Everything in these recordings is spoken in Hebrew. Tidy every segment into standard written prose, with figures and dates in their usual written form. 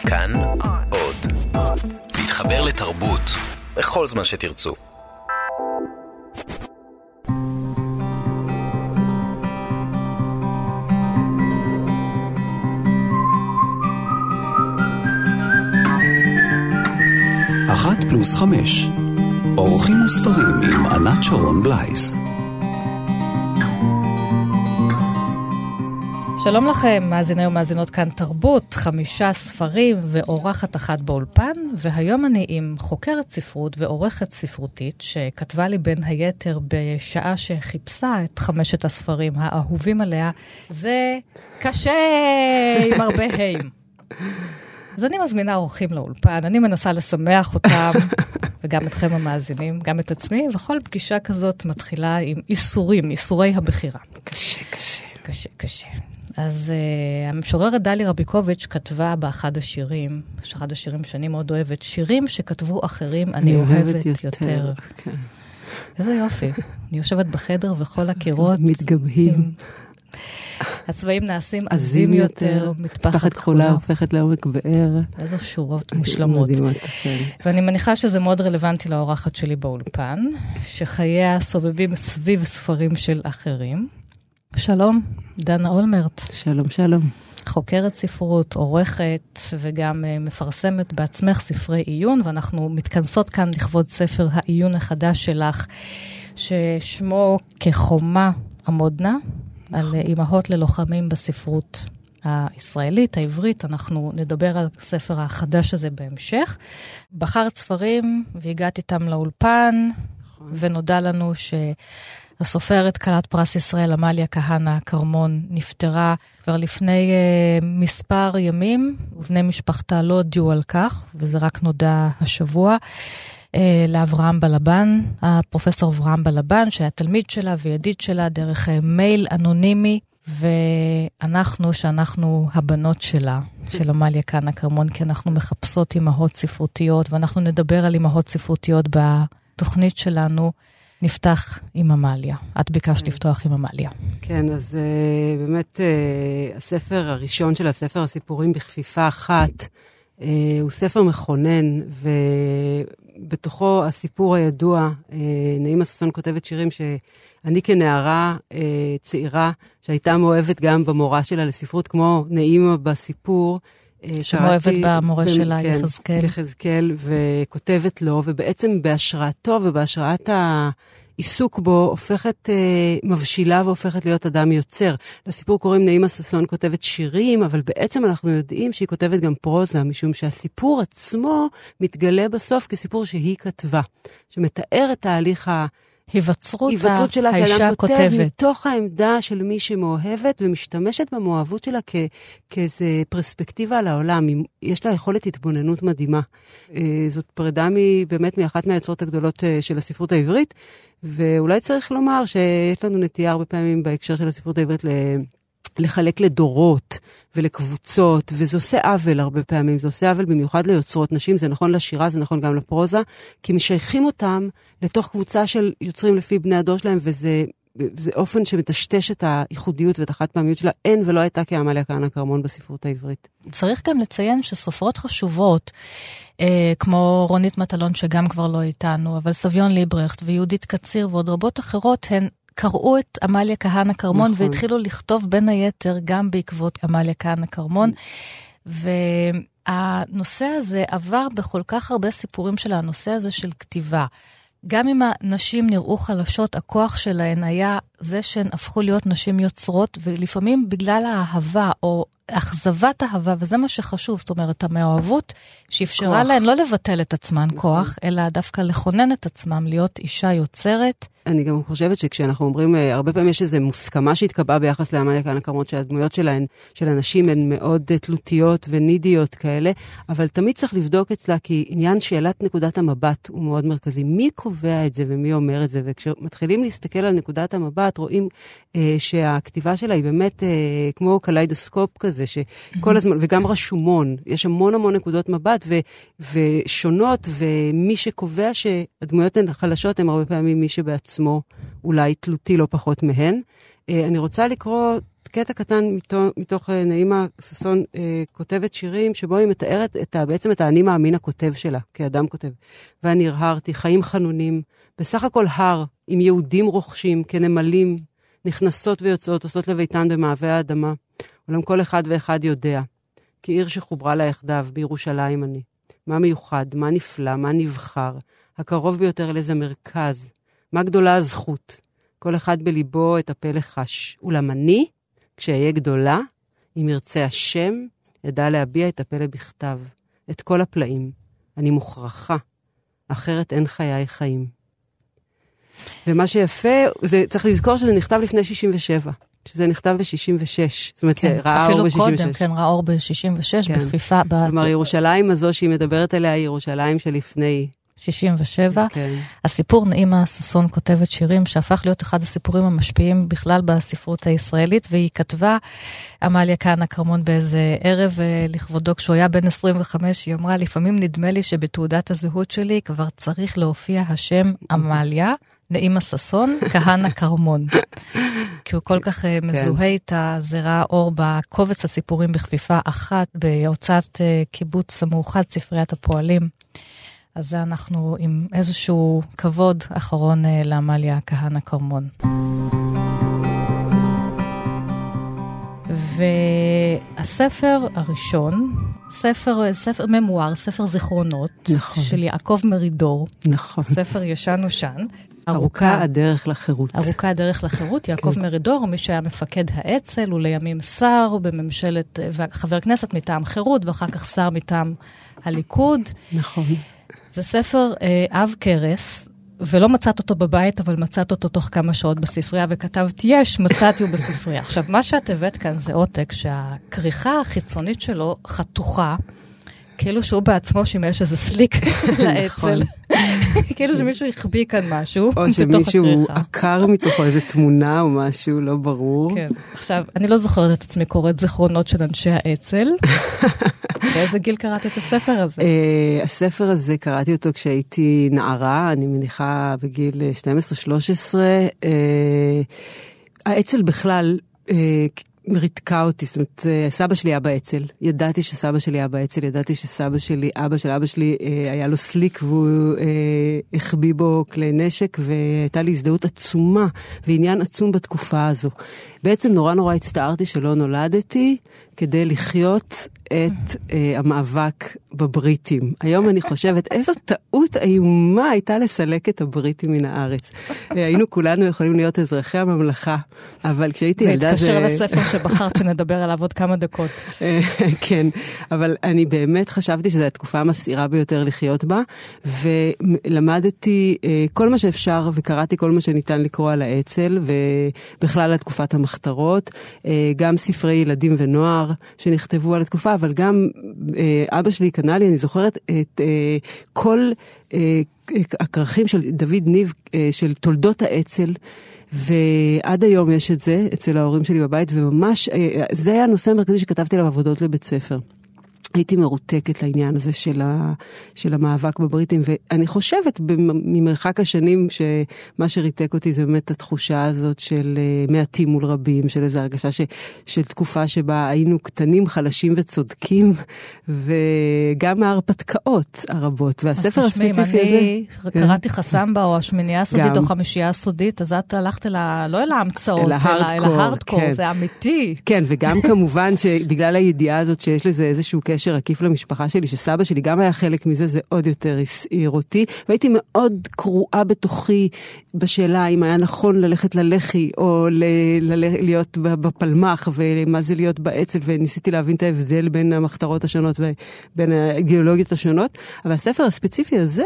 כאן עוד. להתחבר לתרבות בכל זמן שתרצו. אחת פלוס 5. אורחים וספרים עם ענת שרון בלייס. שלום לכם, מאזיני ומאזינות כאן תרבות, 5 ספרים ואורחת אחת באולפן, והיום אני עם חוקרת ספרות ועורכת ספרותית שכתבה לי בין היתר בשעה שחיפשה את 5 הספרים האהובים עליה. זה קשה עם הרבה היים. אז אני מזמינה אורחים לאולפן, אני מנסה לשמח אותם, וגם אתכם המאזינים, גם את עצמי, וכל פגישה כזאת מתחילה עם איסורי הבחירה. קשה. אז המשוררת דלי רביקוביץ' כתבה באחד השירים, אחד השירים שאני מאוד אוהבת, שירים שכתבו אחרים, אני אוהבת יותר. כן. איזה יופי. אני יושבת בחדר וכל הקירות מתגבהים. הצבעים נעשים עזים יותר, מטפחת כחולה הופכת לעומק באר. איזו שורות מושלמות. ואני מניחה שזה מאוד רלוונטי לאורחת שלי באולפן, שחייה סובבים סביב ספרים של אחרים. שלום, דנה אולמרט. שלום. חוקרת ספרות, עורכת וגם מפרסמת בעצמך ספרי עיון, ואנחנו מתכנסות כאן לכבוד ספר העיון החדש שלך, ששמו כחומה עמודנה, על אימהות ללוחמים בספרות הישראלית, העברית. אנחנו נדבר על הספר החדש הזה בהמשך. בחרת ספרים והגעת איתם לאולפן, ונודע לנו שהסופרת כלת פרס ישראל, עמליה כהנא כרמון, נפטרה כבר לפני מספר ימים, ובני משפחתה לא הודיעו על כך, וזה רק נודע השבוע. לאברהם בלבן, הפרופסור אברהם בלבן, שהיה תלמיד שלה וידיד שלה דרך מייל אנונימי, שאנחנו הבנות שלה, של עמליה כהנא כרמון, כי אנחנו מחפשות אימהות ספרותיות, ואנחנו נדבר על אימהות ספרותיות בתוכנית שלנו. נפתח עם עמליה. את ביקשת לפתוח עם עמליה. כן, אז באמת הספר הראשון של הספר הסיפורים בכפיפה אחת, הוא ספר מכונן, ובתוכו הסיפור הידוע, נעימה ששון כותבת שירים שאני כנערה צעירה, שהייתה מאוהבת גם במורה שלה לספרות, כמו נעימה בסיפור, שמאוהבת במורה שלה, יחזקאל, וכותבת לו, ובעצם בהשראתו ובהשראת העיסוק בו, הופכת מבשילה והופכת להיות אדם יוצר. לסיפור קוראים נעימה ששון כותבת שירים, אבל בעצם אנחנו יודעים שהיא כותבת גם פרוזה, משום שהסיפור עצמו מתגלה בסוף כסיפור שהיא כתבה, שמתאר את תהליך היווצרות שלה, האישה כותבת. מתוך העמדה של מי שמאוהבת ומשתמשת במאוהבות שלה כאיזו פרספקטיבה על העולם. יש לה יכולת התבוננות מדהימה. זאת פרידה באמת מאחת מהיוצרות הגדולות של הספרות העברית, ואולי צריך לומר שיש לנו נטייה הרבה פעמים בהקשר של הספרות העברית לחלק לדורות ולקבוצות, וזה עושה עוול הרבה פעמים, זה עושה עוול במיוחד ליוצרות נשים, זה נכון לשירה, זה נכון גם לפרוזה, כי משייכים אותם לתוך קבוצה של יוצרים לפי בני הדור שלהם, וזה אופן שמטשטש את הייחודיות ואת החד פעמיות שלה, אין ולא הייתה כעמליה כהנא כרמון בספרות העברית. צריך גם לציין שסופרות חשובות, כמו רונית מטלון שגם כבר לא איתנו, אבל סביון ליברכט ויהודית קציר ועוד רבות אחרות, הן קראו את עמליה כהנא כרמון, נכון. והתחילו לכתוב בין היתר גם בעקבות עמליה כהנא כרמון, והנושא הזה עבר בכל כך הרבה סיפורים של הנושא הזה של כתיבה. גם אם הנשים נראו חלשות, הכוח שלהן היה זה שהן הפכו להיות נשים יוצרות, ולפעמים בגלל האהבה או אכזבת אהבה, וזה מה שחשוב, זאת אומרת, המאוהבות שאפשרה להן לא לבטל את עצמן כוח, אלא דווקא לכונן את עצמם, להיות אישה יוצרת. אני גם חושבת שכשאנחנו אומרים, הרבה פעמים יש איזו מוסכמה שהתקבעה ביחס לעמליה כהנא כרמון, שהדמויות שלהן, של הנשים הן מאוד תלותיות ונידיות כאלה, אבל תמיד צריך לבדוק אצלה, כי עניין שאלת נקודת המבט הוא מאוד מרכזי. מי קובע את זה ומי אומר את זה? וכשמתחילים להסתכל על נקודת המבט, רואים שהכתיבה שלה היא באמת כמו קליידוסקופ כזה, שכל הזמן, וגם רשומון, יש המון נקודות מבט ושונות, ומי שקובע שהדמויות הן חלשות, הן הרבה פעמים מי שבעצמו אולי תלותי לא פחות מהן. אני רוצה לקרוא קטע קטן מתוך נעימה ששון כותבת שירים, שבו היא מתארת בעצם את האני מאמין הכותב שלה, כאדם כותב. ואני הרהרתי, חיים חנונים, בסך הכל הר, עם יהודים רוכשים, כנמלים, נכנסות ויוצאות, עושות לביתן במעבה האדמה. אולם כל אחד ואחד יודע, כי עיר שחוברה לה יחדיו, בירושלים אני. מה מיוחד, מה נפלא, מה נבחר, הקרוב ביותר אל איזה מרכז, מה גדולה הזכות. כל אחד בליבו את הפלא חש. אולם אני, כשאהיה גדולה, אם ירצה השם, ידע להביע את הפלא בכתב, את כל הפלאים. אני מוכרחה, אחרת אין חיי חיים. ומה שיפה, צריך לזכור שזה נכתב לפני 67, שזה נכתב ב-66. זאת אומרת, כן, ראה אור ב-66. אפילו קודם, כן, ראה אור ב-66, כן. בכפיפה. כלומר, ירושלים הזו שהיא מדברת עליה, היא ירושלים שלפני 67. כן. הסיפור נעימה ששון כותבת שירים, שהפך להיות אחד הסיפורים המשפיעים בכלל בספרות הישראלית, והיא כתבה, עמליה כהנא כרמון באיזה ערב לכבודו, כשהוא היה בן 25, היא אמרה, לפעמים נדמה לי שבתעודת הזהות שלי כבר צריך להופיע השם עמליה, נעימה ששון, כהנא כרמון. כי הוא כל כך מזוהה איתה, זה ראה אור בקובץ הסיפורים בכפיפה אחת, בהוצאת קיבוץ המאוחד, ספריית הפועלים. אז אנחנו עם איזשהו כבוד אחרון לעמליה כהנא כרמון. והספר הראשון, ספר ממואר, ספר זיכרונות, נכון. של יעקב מרידור. נכון. ספר ישן ושן. ארוכה הדרך לחירות. ארוכה הדרך לחירות, יעקב כן. מרידור, מי שהיה מפקד האצ"ל, הוא לימים שר בממשלת, חבר כנסת מטעם חירות, ואחר כך שר מטעם הליכוד. נכון. זה ספר אב קרס, ולא מצאת אותו בבית, אבל מצאת אותו תוך כמה שעות בספרייה, וכתבת, מצאתי הוא בספרייה. עכשיו, מה שאת הבאת כאן זה עותק, שהכריכה החיצונית שלו חתוכה, כאילו שהוא בעצמו שימש איזה סליק לאצ"ל. כאילו שמישהו החביא כאן משהו. או שמישהו עקר מתוכו איזה תמונה או משהו, לא ברור. כן. עכשיו, אני לא זוכרת את עצמי קוראת זיכרונות של אנשי האצ"ל. באיזה גיל קראת את הספר הזה? הספר הזה קראתי אותו כשהייתי נערה, אני מניחה בגיל 12-13. האצ"ל בכלל ריתקה אותי, זאת אומרת, סבא שלי היה באצ"ל, ידעתי שסבא שלי היה באצ"ל, ידעתי שסבא שלי, אבא של אבא שלי, היה לו סליק והוא החביא בו כלי נשק, והייתה לי הזדהות עצומה ועניין עצום בתקופה הזו. בעצם נורא הצטערתי שלא נולדתי כדי לחיות את המאבק בבריטים. היום אני חושבת, איזו טעות איומה הייתה לסלק את הבריטים מן הארץ. היינו כולנו יכולים להיות אזרחי הממלכה, אבל כשהייתי ילדה זה... זה התקשר לספר שבחרת שנדבר עליו עוד כמה דקות. כן, אבל אני באמת חשבתי שזו התקופה המסעירה ביותר לחיות בה, ולמדתי כל מה שאפשר, וקראתי כל מה שניתן לקרוא על האצ"ל, ובכלל על תקופת המחתרות, גם ספרי ילדים ונוער שנכתבו על התקופה, אבל גם אבא שלי קנה לי, אני זוכרת את כל הכרכים של דוד ניב, של תולדות האצ"ל, ועד היום יש את זה אצל ההורים שלי בבית, וממש, זה היה הנושא המרכזי שכתבתי עליו עבודות לבית ספר. הייתי מרותקת לעניין הזה של המאבק בבריטים, ואני חושבת ממרחק השנים שמה שריתק אותי זה באמת התחושה הזאת של מעטים מול רבים, של איזו הרגשה של תקופה שבה היינו קטנים, חלשים וצודקים, וגם ההרפתקאות הרבות. והספר הספציפי הזה... אני קראתי חסמבה או השמינייה הסודית או חמישייה הסודית, אז את הלכת לא אל ההמצאות, אלא ההרדקור, זה אמיתי. כן, וגם כמובן שבגלל הידיעה הזאת שיש לזה איזשהו קשר עקיף למשפחה שלי, שסבא שלי גם היה חלק מזה, זה עוד יותר הסעיר אותי, והייתי מאוד קרועה בתוכי בשאלה אם היה נכון ללכת ללח"י, או להיות בפלמ"ח, ומה זה להיות באצ"ל, וניסיתי להבין את ההבדל בין המחתרות השונות, ובין האידיאולוגיות השונות, אבל הספר הספציפי הזה,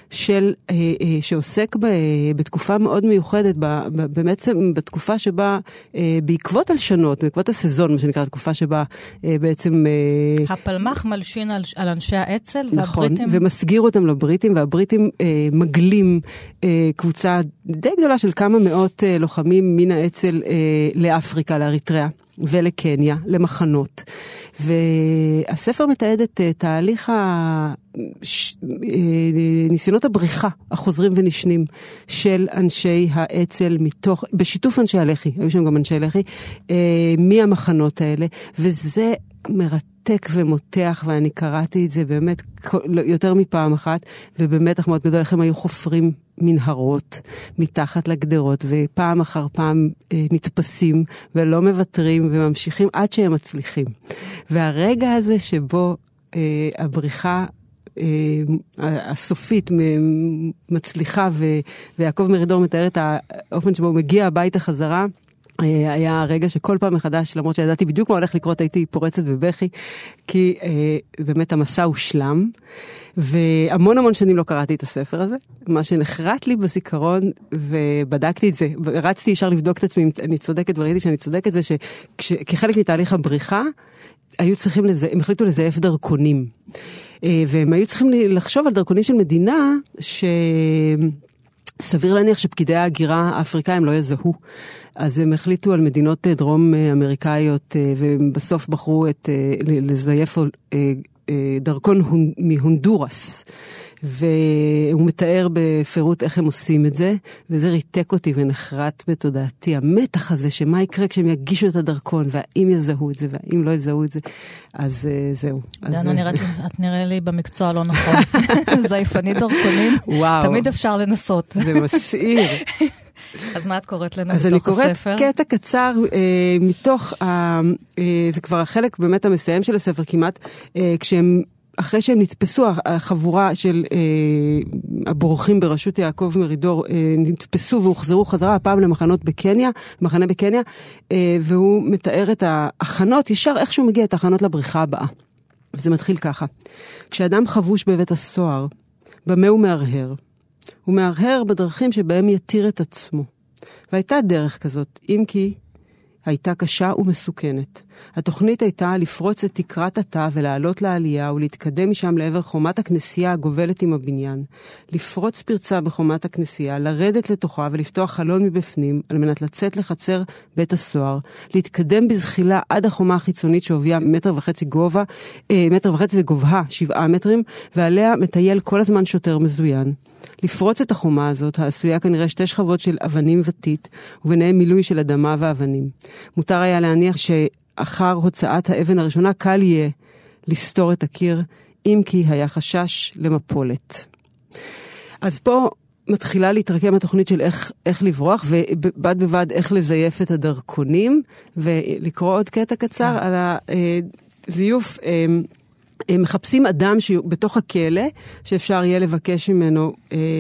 שעוסק בתקופה מאוד מיוחדת, בעצם בתקופה שבה, בעקבות הלשנות, בעקבות הסזון, מה שנקרא, תקופה שבה בעצם... הפלמ"ח מלשין על אנשי האצ"ל, נכון, והבריטים... ומסגיר אותם לבריטים, והבריטים מגלים קבוצה די גדולה של כמה מאות לוחמים מן האצ"ל לאפריקה, לאריתריאה. ולקניה, למחנות. והספר מתעד את תהליך ניסיונות הבריחה החוזרים ונשנים של אנשי האצ"ל בשיתוף אנשי הלח"י, היו שם גם אנשי לח"י, מהמחנות האלה, וזה מרתק ומותח, ואני קראתי את זה באמת יותר מפעם אחת, ובמתח מאוד גדול, איך הם היו חופרים מנהרות מתחת לגדרות, ופעם אחר פעם נתפסים ולא מוותרים וממשיכים עד שהם מצליחים. והרגע הזה שבו הבריחה הסופית מצליחה, ויעקב מרידור מתאר את האופן שבו הוא מגיע הביתה חזרה, היה הרגע שכל פעם מחדש, למרות שידעתי בדיוק מה הולך לקרות, הייתי פורצת בבכי, כי באמת המסע הושלם, והמון שנים לא קראתי את הספר הזה. מה שנחרט לי בזיכרון, ובדקתי את זה, רצתי ישר לבדוק את עצמי אם אני צודקת, וראיתי שאני צודקת, זה שכחלק מתהליך הבריחה, היו צריכים הם החליטו לזייף דרכונים. והם היו צריכים לחשוב על דרכונים של מדינה, סביר להניח שפקידי ההגירה האפריקאים לא יזהו. אז הם החליטו על מדינות דרום אמריקאיות, ובסוף בחרו לזייף דרכון מהונדורס. והוא מתאר בפירוט איך הם עושים את זה, וזה ריתק אותי ונחרט בתודעתי. המתח הזה שמה יקרה כשהם יגישו את הדרכון, והאם יזהו את זה, והאם לא יזהו את זה. אז זהו. דנה, את נראה לי במקצוע לא נכון. זייפני דרכונים. וואו. תמיד אפשר לנסות. זה מסעיר. אז מה את קוראת לנו מתוך הספר? אז אני קוראת קטע קצר מתוך, זה כבר החלק באמת המסיים של הספר כמעט, אחרי שהם נתפסו, החבורה של הבורחים בראשות יעקב מרידור, נתפסו והוחזרו חזרה הפעם למחנות בקניה, מחנה בקניה, והוא מתאר את ההכנות, ישר איך שהוא מגיע את ההכנות לבריחה הבאה. וזה מתחיל ככה. כשאדם חבוש בבית הסוהר, במה הוא מהרהר? הוא מהרהר בדרכים שבהם יתיר את עצמו. והייתה דרך כזאת, אם כי הייתה קשה ומסוכנת. התוכנית הייתה לפרוץ את תקרת התא ולעלות לעלייה ולהתקדם משם לעבר חומת הכנסייה הגובלת עם הבניין. לפרוץ פרצה בחומת הכנסייה, לרדת לתוכה ולפתוח חלון מבפנים על מנת לצאת לחצר בית הסוהר, להתקדם בזחילה עד החומה החיצונית שהוביה 1.5 גובה, 1.5 וגובהה 7 מטרים, ועליה מטייל כל הזמן שוטר מזוין. לפרוץ את החומה הזאת, העשויה כנראה 2 שכבות של אבנים וטיט, וביניהם מילוי של אדמה ואבנים. מותר היה להניח שאחר הוצאת האבן הראשונה קל יהיה לסתור את הקיר, אם כי היה חשש למפולת. אז פה מתחילה להתרקם התוכנית של איך לברוח, ובד בבד איך לזייף את הדרכונים, ולקרוא עוד קטע קצר על הזיוף. הם מחפשים אדם בתוך הכלא, שאפשר יהיה לבקש ממנו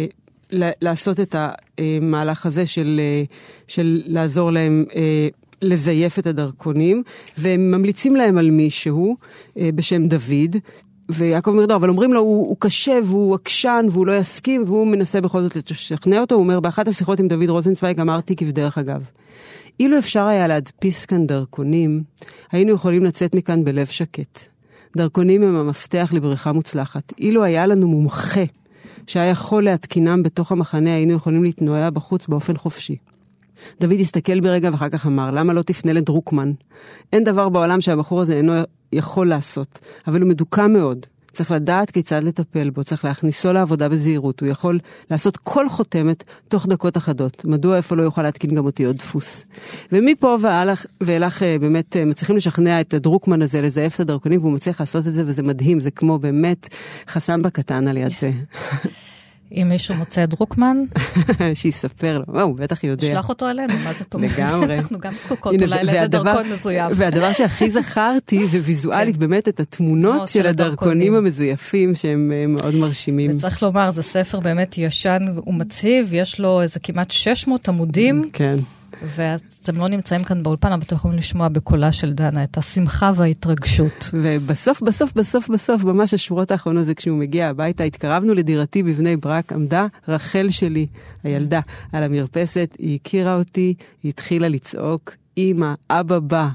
לעשות את המהלך הזה של לעזור להם לזייף את הדרכונים, והם ממליצים להם על מישהו בשם דוד, ויעקב מרידור, אבל אומרים לו, הוא קשה והוא עקשן והוא לא יסכים, והוא מנסה בכל זאת לשכנע אותו, הוא אומר, באחת השיחות עם דוד רוזנצוויג אמרתי כבדרך אגב, אילו אפשר היה להדפיס כאן דרכונים, היינו יכולים לצאת מכאן בלב שקט. דרכונים הם המפתח לבריחה מוצלחת. אילו היה לנו מומחה שהיה יכול להתקינם בתוך המחנה, היינו יכולים להתנועע בחוץ באופן חופשי. דוד הסתכל ברגע ואחר כך אמר, למה לא תפנה לדרוקמן? אין דבר בעולם שהבחור הזה אינו יכול לעשות, אבל הוא מדוכא מאוד. צריך לדעת כיצד לטפל בו, צריך להכניסו לעבודה בזהירות, הוא יכול לעשות כל חותמת תוך דקות אחדות. מדוע איפה לא יוכל להתקין גם אותי עוד דפוס? ומפה ואילך באמת מצליחים לשכנע את הדרוקמן הזה, לזייף את הדרכונים, והוא מצליח לעשות את זה, וזה מדהים, זה כמו באמת חסם בקטן על יד זה. אם מישהו מוצא דרוקמן, שיספר לו, הוא בטח יודע. שלח אותו עלינו, מה זאת אומרת? לגמרי. אנחנו גם זקוקות אולי לאיזה דרכון מזויף. והדבר שהכי זכרתי זה ויזואלית באמת את התמונות של הדרכונים המזויפים שהם מאוד מרשימים. וצריך לומר, זה ספר באמת ישן ומצהיב, יש לו איזה כמעט 600 עמודים. כן. ואתם לא נמצאים כאן באולפן, אבל אתם יכולים לשמוע בקולה של דנה את השמחה וההתרגשות. ובסוף, ממש השורות האחרונות זה כשהוא מגיע הביתה, התקרבנו לדירתי בבני ברק, עמדה רחל שלי, הילדה, על המרפסת, היא הכירה אותי, היא התחילה לצעוק, אמא, אבא בא,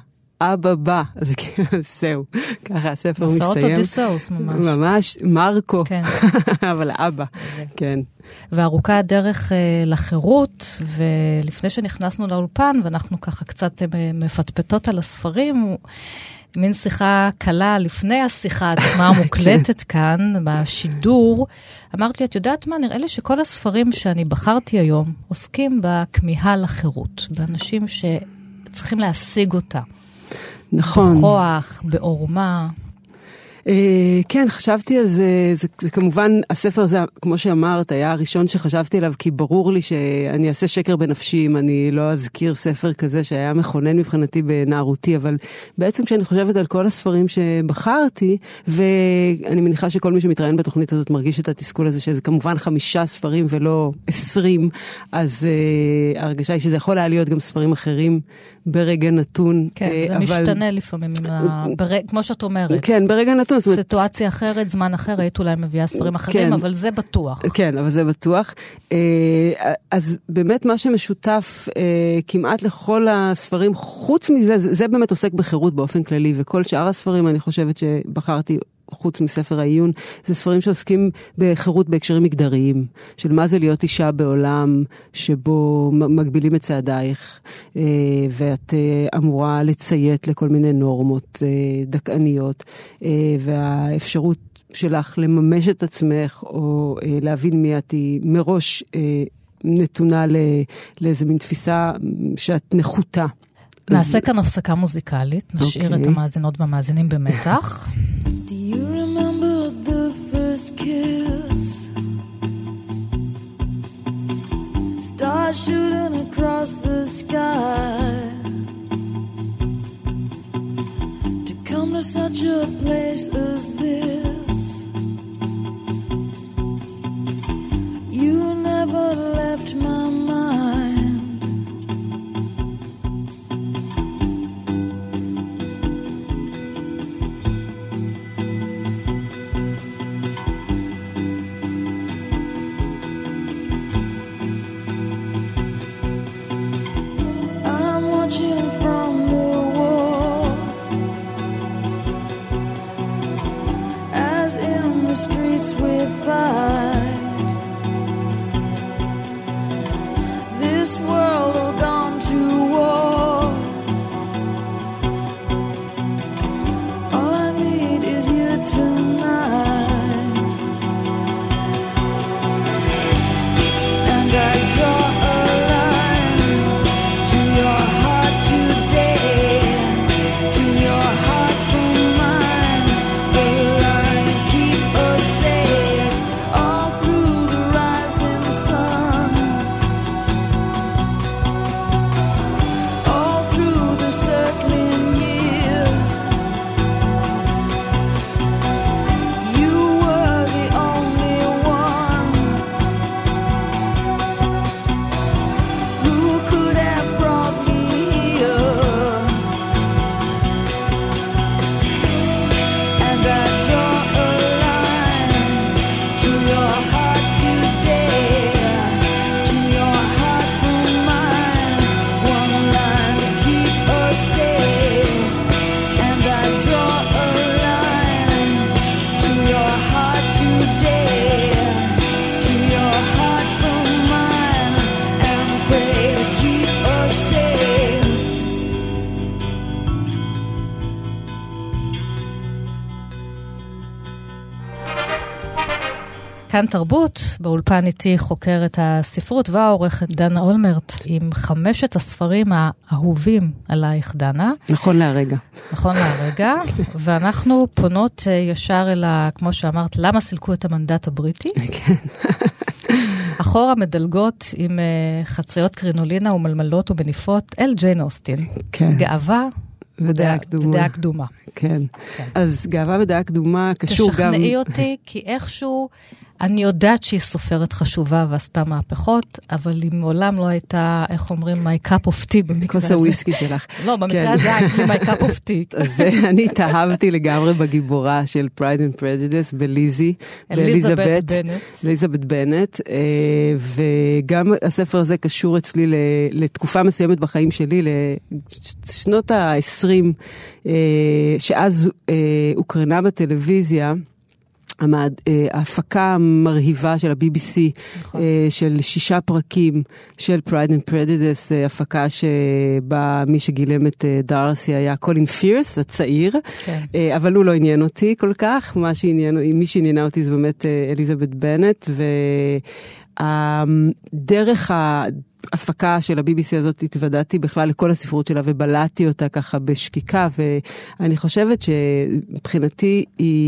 אבא בא. אז זהו, ככה הספר מסתיים. מסעות אודיסאוס ממש. ממש, מרקו. כן. אבל אבא, כן. וארוכה הדרך לחירות, ולפני שנכנסנו לאולפן, ואנחנו ככה קצת מפטפטות על הספרים, מין שיחה קלה לפני השיחה עצמה המוקלטת כאן, בשידור, אמרת לי, את יודעת מה, נראה לי שכל הספרים שאני בחרתי היום, עוסקים בכמיהה לחירות, באנשים שצריכים להשיג אותה. נכון. בכוח, בעורמה. כן, חשבתי על זה, זה כמובן, הספר הזה, כמו שאמרת, היה הראשון שחשבתי עליו, כי ברור לי שאני אעשה שקר בנפשי, אם אני לא אזכיר ספר כזה שהיה מכונן מבחינתי בנערותי, אבל בעצם כשאני חושבת על כל הספרים שבחרתי, ואני מניחה שכל מי שמתראיין בתוכנית הזאת מרגיש את התסכול הזה, שזה כמובן 5 ספרים ולא 20, אז ההרגשה היא שזה יכול היה להיות גם ספרים אחרים ברגע נתון. כן, זה משתנה לפעמים, כמו שאת אומרת. כן, ברגע נתון. סיטואציה אחרת, זמן אחר, היית אולי מביאה ספרים אחרים, אבל זה בטוח. כן, אבל זה בטוח. אז באמת מה שמשותף כמעט לכל הספרים, חוץ מזה, זה באמת עוסק בחירות באופן כללי, וכל שאר הספרים אני חושבת שבחרתי חוץ מספר העיון, זה ספרים שעוסקים בחירות בהקשרים מגדריים, של מה זה להיות אישה בעולם שבו מגבילים את צעדייך, ואת אמורה לציית לכל מיני נורמות דכאניות, והאפשרות שלך לממש את עצמך, או להבין מי את היא מראש נתונה לאיזה מין תפיסה שאת נחותה. נעשה כאן הפסקה מוזיקלית, נשאיר את המאזינות והמאזינים במתח. Do you remember the first kiss? Stars shooting across the sky to come to such a place as this. You never left my mind. From the wall, as in the streets we fight, this world all gone to war. All I need is you tonight, and I draw a line to your heart. כאן תרבות, באולפן איתי חוקרת הספרות והעורכת דנה אולמרט, עם 5 הספרים האהובים עלייך, דנה. נכון להרגע. נכון להרגע, ואנחנו פונות ישר אל, כמו שאמרת, למה סילקו את המנדט הבריטי? כן. אחורה מדלגות עם חציות קרינולינה ומלמלות ומניפות אל ג'יין אוסטין. כן. גאווה ודעה קדומה. כן. אז גאווה ודעה קדומה קשור גם... תשכנעי אותי, כי איכשהו אני יודעת שהיא סופרת חשובה ועשתה מהפכות, אבל היא מעולם לא הייתה, איך אומרים, my cup of tea במקרה הזה. כוס הוויסקי שלך. לא, במקרה הזה הייתי my cup of tea. אז אני התאהבתי לגמרי בגיבורה של Pride and Prejudice בליזי, אליזבת בנט, וגם הספר הזה קשור אצלי לתקופה מסוימת בחיים שלי, לשנות ה-20, שאז הוקרנה בטלוויזיה, ההפקה המרהיבה של ה-BBC, של 6 פרקים של Pride and Prejudice, הפקה שבה מי שגילם את דארסי היה קולין פירס, הצעיר, אבל הוא לא עניין אותי כל כך, מי שעניינה אותי זה באמת אליזבת בנט, ודרך ההפקה של ה-BBC הזאת התוודעתי בכלל לכל הספרות שלה ובלעתי אותה ככה בשקיקה, ואני חושבת שמבחינתי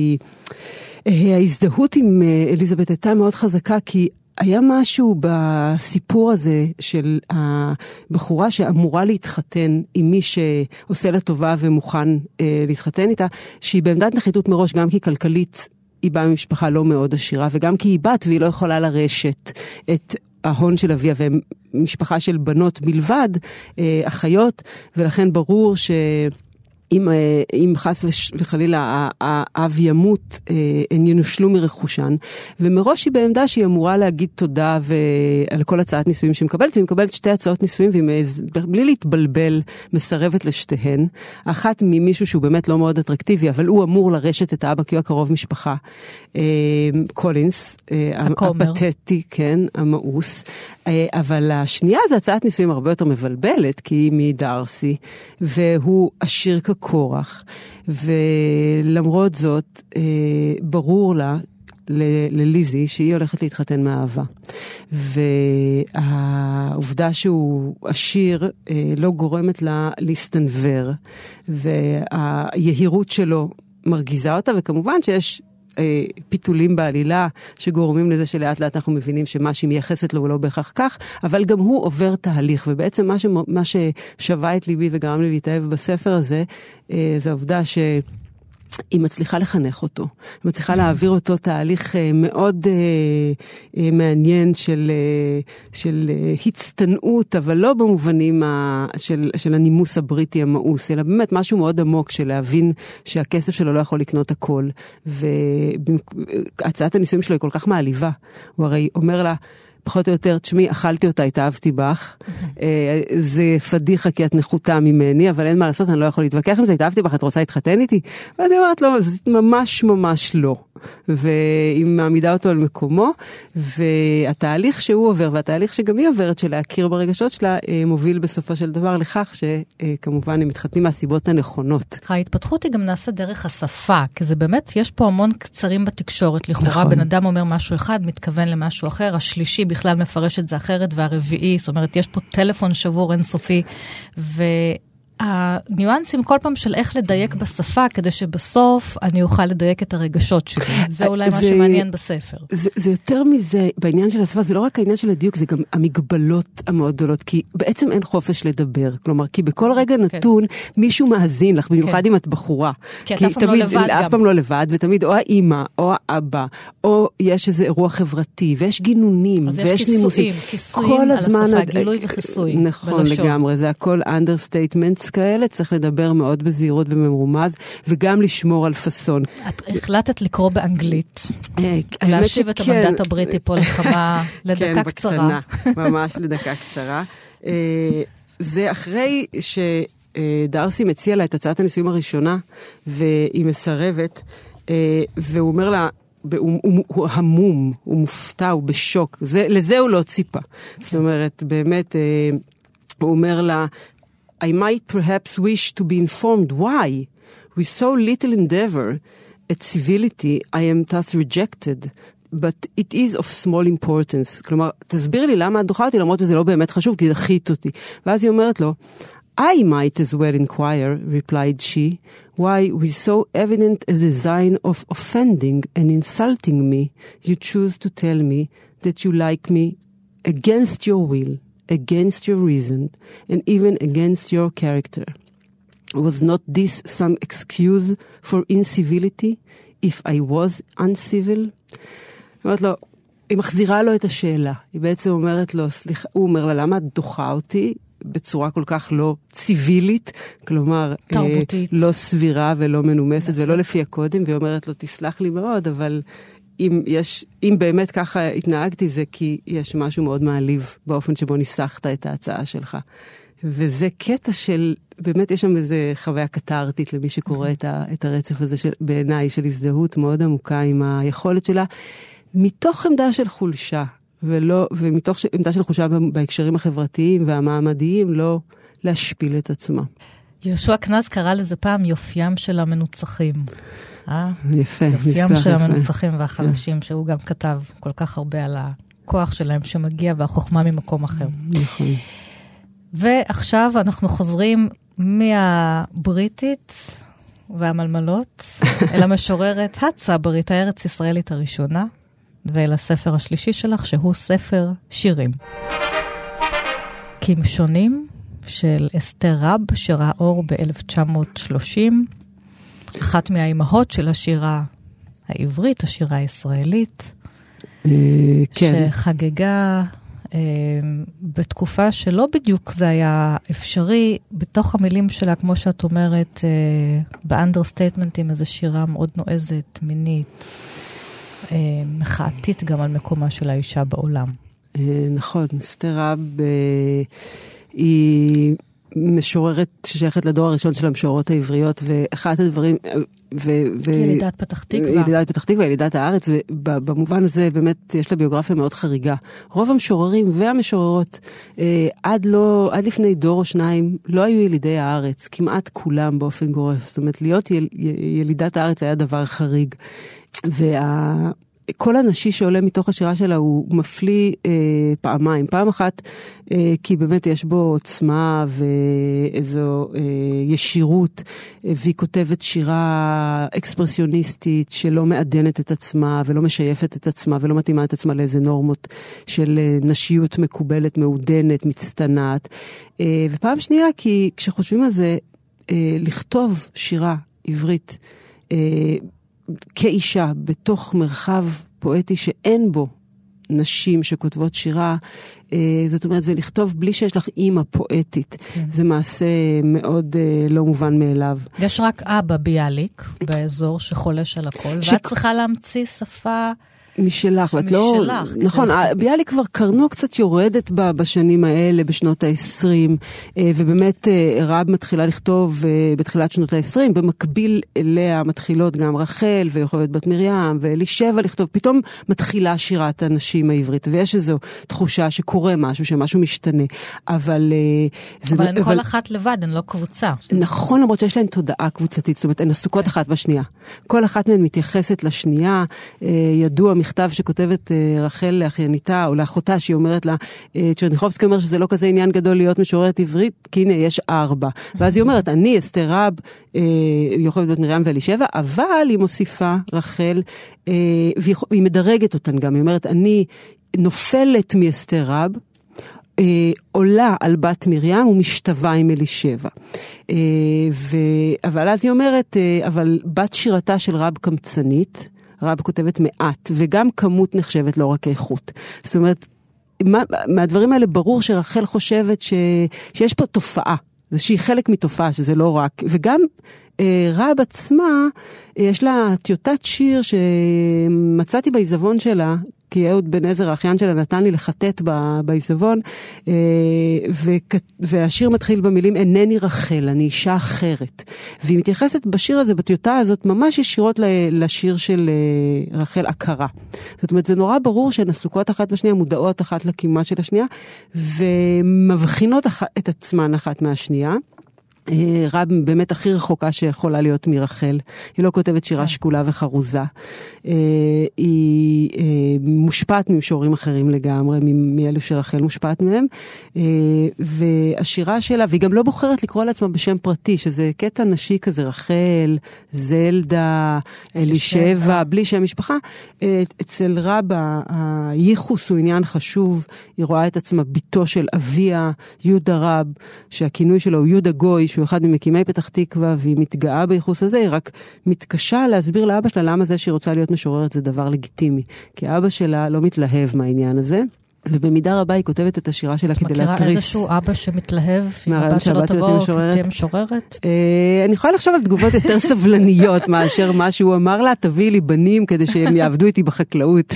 ההזדהות עם אליזבת הייתה מאוד חזקה, כי היה משהו בסיפור הזה של הבחורה שאמורה להתחתן עם מי שעושה לה טובה ומוכן להתחתן איתה, שהיא בעמדת נחיתות מראש, גם כי כלכלית היא באה ממשפחה לא מאוד עשירה, וגם כי היא בת והיא לא יכולה לרשת את ההון של אביה, ומשפחה של בנות בלבד, אחיות, ולכן ברור אם חס וחלילה האב ימות, הן ינושלו מרכושן, ומראש היא בעמדה שהיא אמורה להגיד תודה על כל הצעת נישואים שהיא מקבלת, והיא מקבלת 2 הצעות נישואים, והיא בלי להתבלבל מסרבת לשתיהן, אחת ממישהו שהוא באמת לא מאוד אטרקטיבי, אבל הוא אמור לרשת את האבא, כי הוא הקרוב משפחה, קולינס, הפתטי, כן, המאוס, אבל השנייה זה הצעת נישואים הרבה יותר מבלבלת, כי היא מדארסי, והוא עשיר כקורח, ולמרות זאת, ברור לה, לליזי, שהיא הולכת להתחתן מאהבה. והעובדה שהוא עשיר לא גורמת לה להסתנבר, והיהירות שלו מרגיזה אותה, וכמובן שיש פיתולים בעלילה שגורמים לזה שלאט לאט אנחנו מבינים שמה שהיא מייחסת לו הוא לא בהכרח כך, אבל גם הוא עובר תהליך, ובעצם מה ששווה את ליבי וגרם לי להתאהב בספר הזה, זה העובדה היא מצליחה לחנך אותו, היא מצליחה להעביר אותו תהליך מאוד מעניין של הצטנעות, אבל לא במובנים של הנימוס הבריטי המאוס, אלא באמת משהו מאוד עמוק של להבין שהכסף שלו לא יכול לקנות הכל, והצעת הנישואים שלו היא כל כך מעליבה, הוא הרי אומר לה, פחות או יותר, תשמעי, אכלתי אותה, התאהבתי בך, זה פדיחה כי את נחותה ממני, אבל אין מה לעשות, אני לא יכול להתווכח עם זה, התאהבתי בך, את רוצה להתחתן איתי? ואז היא אומרת לו, זה ממש ממש לא. והיא מעמידה אותו על מקומו, והתהליך שהוא עובר, והתהליך שגם היא עוברת של להכיר ברגשות שלה, מוביל בסופו של דבר לכך שכמובן הם מתחתנים מהסיבות הנכונות. ההתפתחות היא גם נעשה דרך השפה, כי זה באמת, יש פה המון קצרים בתקשורת, לכאורה בן אדם אומר משהו אחד, מתכוון למשהו אחר, השלישי בכלל מפרש את זה אחרת, והרביעי, זאת אומרת, יש פה טלפון שבור אינסופי, הניואנסים כל פעם של איך לדייק בשפה, כדי שבסוף אני אוכל לדייק את הרגשות שלי. זה אולי מה שמעניין בספר. זה יותר מזה, בעניין של השפה, זה לא רק העניין של הדיוק, זה גם המגבלות המאוד גדולות, כי בעצם אין חופש לדבר. כלומר, כי בכל רגע נתון, מישהו מאזין לך, במיוחד אם את בחורה. כי אף פעם לא לבד, ותמיד או האמא, או האבא, או יש איזה אירוע חברתי, ויש גינונים, ויש נימוסים. כיסויים על השפה, גילוי וחיסוי. נכון, לגמרי, זה הכל understatements כאלה, צריך לדבר מאוד בזהירות וממרומז, וגם לשמור על פסון. את החלטת לקרוא באנגלית, להשיב את המנדט הבריטי פה לכמה, לדקה קצרה. ממש לדקה קצרה. זה אחרי שדארסי מציע לה את הצעת הנישואים הראשונה, והיא מסרבת, והוא אומר לה, הוא המום, הוא מופתע, הוא בשוק. לזה הוא לא ציפה. זאת אומרת, באמת, הוא אומר לה, I might perhaps wish to be informed why, with so little endeavor at civility, I am thus rejected, but it is of small importance. כלומר, תסביר לי למה את דוחה אותי, למרות שזה לא באמת חשוב, כי דחית אותי. ואז היא אומרת לו, I might as well inquire, replied she, why with so evident a design of offending and insulting me, you choose to tell me that you like me against your will, against your reason, and even against your character. Was not this some excuse for incivility if I was uncivil? אומרת לו, היא מחזירה לו את השאלה. היא בעצם אומרת לו, סליחה, הוא אומר לה, למה את דוחה אותי בצורה כל כך לא ציבילית, כלומר, תרבותית. לא סבירה ולא מנומסת ולא לפי הקודים, והיא אומרת לו, תסלח לי מאוד, אבל אם באמת ככה התנהגתי, זה כי יש משהו מאוד מעליב באופן שבו ניסחת את ההצעה שלך. וזה קטע של, באמת יש שם איזו חוויה קטרטית למי שקורא את הרצף הזה בעיניי של הזדהות מאוד עמוקה עם היכולת שלה, מתוך עמדה של חולשה, ומתוך עמדה של חולשה בהקשרים החברתיים והמעמדיים, לא להשפיל את עצמה. יהושע קנז קרא לזה פעם יופיים של המנוצחים. יפה, יופיים של המנוצחים והחלשים, שהוא גם כתב כל כך הרבה על הכוח שלהם שמגיע והחוכמה ממקום אחר. נכון. ועכשיו אנחנו חוזרים מהבריטית והמלמלות אל המשוררת הצברית, הארץ ישראלית הראשונה, ואל הספר השלישי שלך, שהוא ספר שירים. כמשונים של אסתר רב, שראה אור ב-1930, אחת מהאימהות של השירה העברית, השירה הישראלית, כן. שחגגה בתקופה שלא בדיוק זה היה אפשרי, בתוך המילים שלה, כמו שאת אומרת, באנדרסטייטמנטים, איזו שירה מאוד נועזת, מינית, מחאתית גם על מקומה של האישה בעולם. נכון, אסתר רב היא משוררת ששייכת לדור הראשון של המשוררות העבריות, ואחת הדברים... ילידת פתח תקווה. ילידת פתח תקווה, ילידת הארץ, ובמובן הזה באמת יש לה ביוגרפיה מאוד חריגה. רוב המשוררים והמשוררות, עד לפני דור או שניים, לא היו ילידי הארץ, כמעט כולם באופן גורף. זאת אומרת, להיות ילידת הארץ היה דבר חריג. כל הנשי שעולה מתוך השירה שלה הוא מפליא פעמיים. פעם אחת, כי באמת יש בו עוצמה ואיזו ישירות, והיא כותבת שירה אקספרסיוניסטית שלא מעדנת את עצמה ולא משייפת את עצמה ולא מתאימה את עצמה לאיזה נורמות של נשיות מקובלת, מעודנת, מצטנעת. ופעם שנייה, כי כשחושבים על זה, לכתוב שירה עברית כאישה בתוך מרחב פואטי שאין בו נשים שכותבות שירה, זאת אומרת, זה לכתוב בלי שיש לך אימא פואטית. כן. זה מעשה מאוד לא מובן מאליו. יש רק אבא ביאליק באזור שחולש על הכל, ואת צריכה להמציא שפה... משלך, ואת לא... נכון, ביאליק כבר קרנו קצת יורדת בשנים האלה, בשנות ה-20, ובאמת רב מתחילה לכתוב בתחילת שנות ה-20, במקביל אליה מתחילות גם רחל ויוכבד בת מרים ואלישבע לכתוב, פתאום מתחילה שירת הנשים העברית, ויש איזו תחושה שקורה משהו, שמשהו משתנה, אבל הן כל אחת לבד, הן לא קבוצה. נכון, למרות שיש להן תודעה קבוצתית, זאת אומרת, הן עסוקות אחת בשנייה. כל אחת מהן מתייחסת לשנייה, ידוע מכתב שכותבת רחל לאחייניתה או לאחותה, שהיא אומרת לה, צ'רניחובסקי אומר שזה לא כזה עניין גדול להיות משוררת עברית, כי הנה יש 4. ואז היא אומרת, אני אסתר רב, יוכבד בת מרים ואלישבע, אבל היא מוסיפה רחל, והיא מדרגת אותן גם, היא אומרת, אני נופלת מאסתר רב, עולה על בת מרים ומשתווה עם אלישבע. אבל אז היא אומרת, אבל בת שירתה של רב קמצנית, רב כותבת מעט, וגם כמות נחשבת לא רק איכות. זאת אומרת, מהדברים האלה ברור שרחל חושבת שיש פה תופעה, זה שהיא חלק מתופעה, שזה לא רק, וגם רב עצמה, יש לה טיוטת שיר שמצאתי בעיזבון שלה, כי אהוד בן עזר, האחיין שלה, נתן לי לחטט בעיזבון, והשיר מתחיל במילים, אינני רחל, אני אישה אחרת. והיא מתייחסת בשיר הזה, בטיוטה הזאת, ממש ישירות לשיר של רחל הכרה. זאת אומרת, זה נורא ברור שהן עסוקות אחת בשנייה, מודעות אחת לקימה של השנייה, ומבחינות את עצמן אחת מהשנייה. רב באמת הכי רחוקה שיכולה להיות מרחל. היא לא כותבת שירה שקולה וחרוזה. היא מושפעת ממשוררים אחרים לגמרי, מאלו שרחל מושפעת מהם. והשירה שלה, והיא גם לא בוחרת לקרוא לעצמה בשם פרטי, שזה קטע נשי כזה, רחל, זלדה, אלישבע, בלי שם משפחה. אצל רב הייחוס הוא עניין חשוב. היא רואה את עצמה ביתו של אביה, יהודה רב, שהכינוי שלו הוא יהודה גוי, שהוא אחד ממקימי פתח תקווה, והיא מתגאה בייחוס הזה, היא רק מתקשה להסביר לאבא שלה למה זה שהיא רוצה להיות משוררת זה דבר לגיטימי. כי אבא שלה לא מתלהב מהעניין הזה, ובמידה רבה היא כותבת את השירה שלה כדי להתריס. מכירה איזשהו אבא שמתלהב, אם הבת שלו תבוא כתהיה משוררת? אני יכולה לחשוב על תגובות יותר סבלניות מאשר מה שהוא אמר לה, תביא לי בנים כדי שהם יעבדו איתי בחקלאות.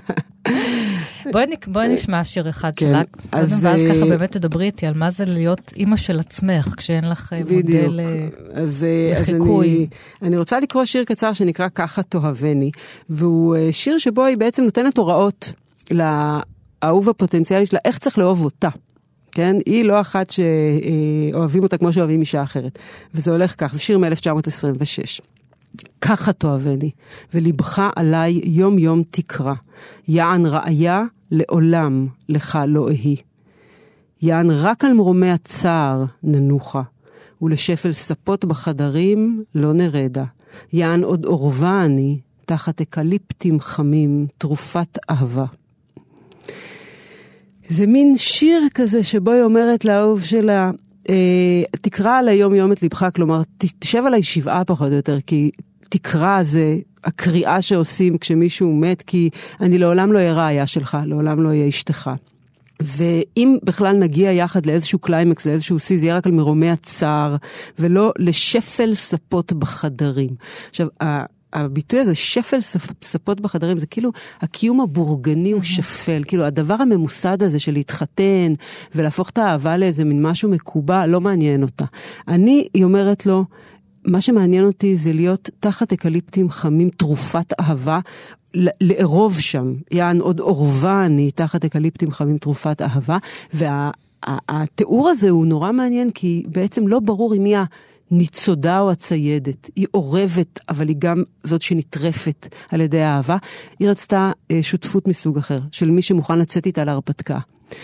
בואי נשמע שיר אחד שלה, ואז ככה באמת תדברי איתי על מה זה להיות אימא של עצמך, כשאין לך מודל לחיקוי. אני רוצה לקרוא שיר קצר שנקרא ככה תאהבני, והוא שיר שבו היא בעצם נותנת הוראות לאהוב הפוטנציאלי שלה, איך צריך לאהוב אותה. כן? היא לא אחת שאוהבים אותה כמו שאוהבים אישה אחרת. וזה הולך כך, זה שיר מ-1926. ככה תאהבני, ולבך עליי יום יום תקרא, יען ראיה לעולם לך לא אהי. יען רק על מרומי הצער ננוחה, ולשפל ספות בחדרים לא נרדה. יען עוד עורבה אני, תחת אקליפטים חמים, תרופת אהבה. זה מין שיר כזה שבו היא אומרת לאהוב שלה, תקרא עליי יום יום את לבך, כלומר, תשב עליי 7 פחות או יותר, כי תקרא זה הקריאה שעושים כשמישהו מת, כי אני לעולם לא אהיה ראיה שלך, לעולם לא אהיה אשתך. ואם בכלל נגיע יחד לאיזשהו קליימקס, לאיזשהו סי, זה יהיה רק על מרומי הצער, ולא לשפל ספות בחדרים. עכשיו, הביטוי הזה, שפל ספות בחדרים, זה כאילו, הקיום הבורגני הוא שפל, כאילו הדבר הממוסד הזה של להתחתן, ולהפוך את האהבה לאיזה מין משהו מקובע, לא מעניין אותה. היא אומרת לו, מה שמעניין אותי זה להיות תחת אקליפטים חמים, תרופת אהבה, לערוב שם, יען עוד עורבה אני, תחת אקליפטים חמים, תרופת אהבה, והתיאור הזה הוא נורא מעניין, כי בעצם לא ברור אם היא ניצודה או הציידת, היא עורבת, אבל היא גם זאת שנטרפת על ידי האהבה. היא רצתה שותפות מסוג אחר, של מי שמוכן לצאת איתה להרפתקה.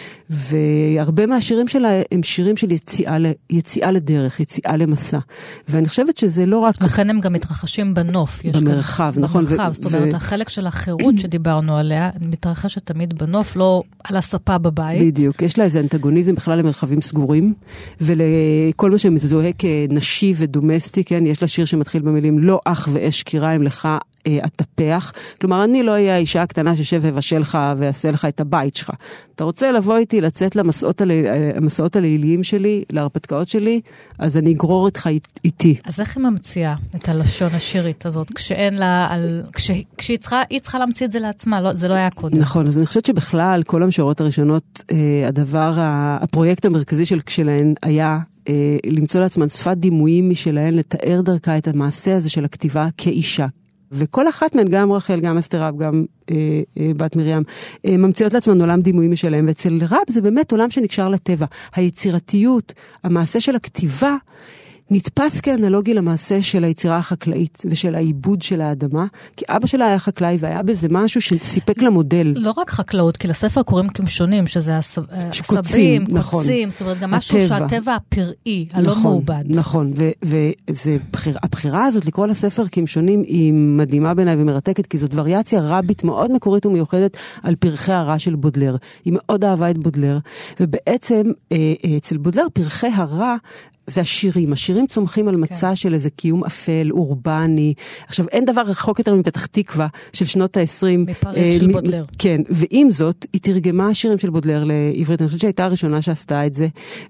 והרבה מהשירים שלה הם שירים של יציאה לדרך, יציאה למסע. ואני חושבת שזה לא רק... לכן הם גם מתרחשים בנוף. במרחב, נכון. במרחב, זאת אומרת, החלק של החירות שדיברנו עליה, מתרחשת תמיד בנוף, לא על הספה בבית. בדיוק, יש לה איזה אנטגוניזם בכלל למרחבים סגורים, ולכל מה שמזוהה כנשי ודומסטי, כן, יש לה שיר שמתחיל במילים, לא אח ואש קיריים לך אטפח, כלומר אני לא אהיה האישה הקטנה ששב ובשל לך ועשה לך את הבית שלך. אתה רוצה לבוא איתי, לצאת למסעות הליליים שלי, להרפתקאות שלי, אז אני אגרור אותך איתי. אז איך היא ממציאה את הלשון השירית הזאת, כשאין לה, כשהיא צריכה להמציא את זה לעצמה, זה לא היה קודם. נכון, אז אני חושבת שבכלל כל המשוררות הראשונות, הפרויקט המרכזי שלהן היה למצוא לעצמן שפת דימויים משלהן, לתאר דרכה את המעשה הזה של הכתיבה כאישה. וכל אחת מהן, גם רחל, גם אסתר רב, גם בת מרים, ממציאות לעצמן עולם דימויים משלהם, ואצל רב זה באמת עולם שנקשר לטבע. היצירתיות, המעשה של הכתיבה, נתפס כאנלוגי למעשה של היצירה החקלאית ושל העיבוד של האדמה, כי אבא שלה היה חקלאי והיה בזה משהו שסיפק למודל. לא רק חקלאות, כי לספר קוראים כמשונים, שזה עשבים, קוצים, זאת אומרת גם משהו שהטבע הפראי, הלא מעובד. נכון, והבחירה הזאת לקרוא לספר כמשונים היא מדהימה בעיניי ומרתקת, כי זאת וריאציה רבית מאוד מקורית ומיוחדת על פרחי הרע של בודלר. היא מאוד אהבה את בודלר, ובעצם אצל בודלר פרחי הרע זה השירים. השירים צומחים על מצע של איזה קיום אפל, אורבני. עכשיו, אין דבר רחוק יותר מפתח תקווה של שנות ה-20. מפריז של בודלר. כן, ועם זאת, היא תרגמה השירים של בודלר לעברית. אני חושבת שהייתה הראשונה שעשתה את זה,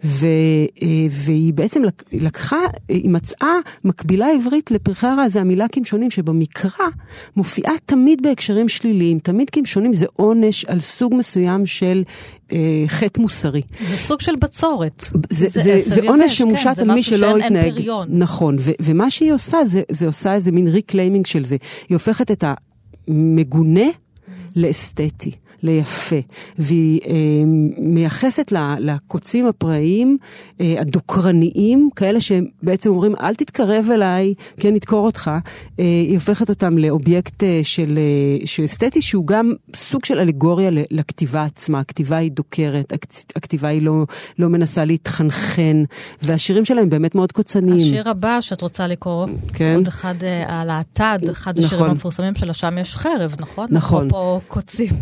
והיא בעצם לקחה, היא מצאה מקבילה עברית לפרחי הרע, זה המילה כמשונים, שבמקרא מופיעה תמיד בהקשרים שליליים, תמיד כמשונים זה עונש על סוג מסוים של חטא מוסרי. זה סוג של בצורת. זה עונש שמושת על מי שלא יתנהג. נכון, ומה שהיא עושה, זה עושה איזה מין ריקליימינג של זה. היא הופכת את המגונה לאסתטי, ליפה, והיא מייחסת לקוצים הפראיים, הדוקרניים, כאלה שבעצם אומרים, אל תתקרב אליי, כן, נתקור אותך, היא הופכת אותם לאובייקט של אסתטי, שהוא גם סוג של אלגוריה לכתיבה עצמה, הכתיבה היא דוקרת, הכתיבה היא לא מנסה להתחנחן, והשירים שלהם באמת מאוד קוצניים. השיר הבא שאת רוצה לקרוא, כן. עוד אחד על העתד, אחד השירים המפורסמים שלה, שם יש חרב, נכון? נכון. אפרופו קוצים. נכון,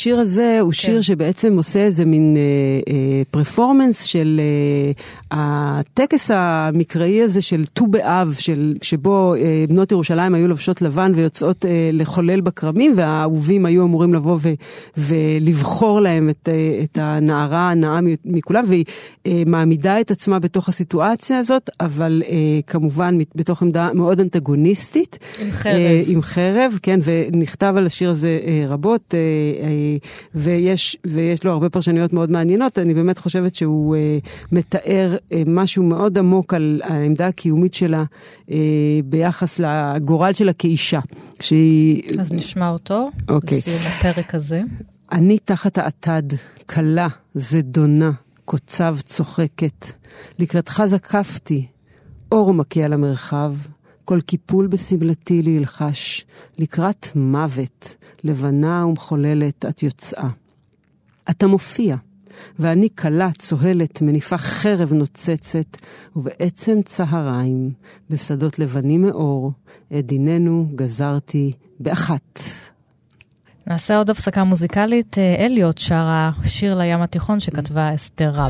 השיר הזה הוא שיר שבעצם עושה איזה מין פרפורמנס של הטקס המקראי הזה של ט"ו באב, שבו בנות ירושלים היו לובשות לבן ויוצאות לחולל בכרמים, והאהובים היו אמורים לבוא ולבחור להם את הנערה הנאה מכולם, והיא מעמידה את עצמה בתוך הסיטואציה הזאת, אבל כמובן בתוך עמדה מאוד אנטגוניסטית. עם חרב, כן, ונכתב על השיר הזה רבות, ויש לו הרבה פרשניות מאוד מעניינות. אני באמת חושבת שהוא מתאר משהו מאוד עמוק על העמדה הקיומית שלה ביחס לגורל שלה כאישה. אז נשמע אותו, בסיום הפרק הזה. אני תחת העתד, קלה, זדונה, קוצב צוחקת. לקראתך זקפתי, אור מכה על המרחב, כל קיפול בסמלתי להלחש, לקראת מוות, לבנה ומחוללת את יוצאה. אתה מופיע, ואני קלה צוהלת, מניפה חרב נוצצת, ובעצם צהריים, בשדות לבנים מאור, את דיננו גזרתי באחת. נעשה עוד הפסקה מוזיקלית. אליוט שרה שיר לים התיכון שכתבה אסתר רב.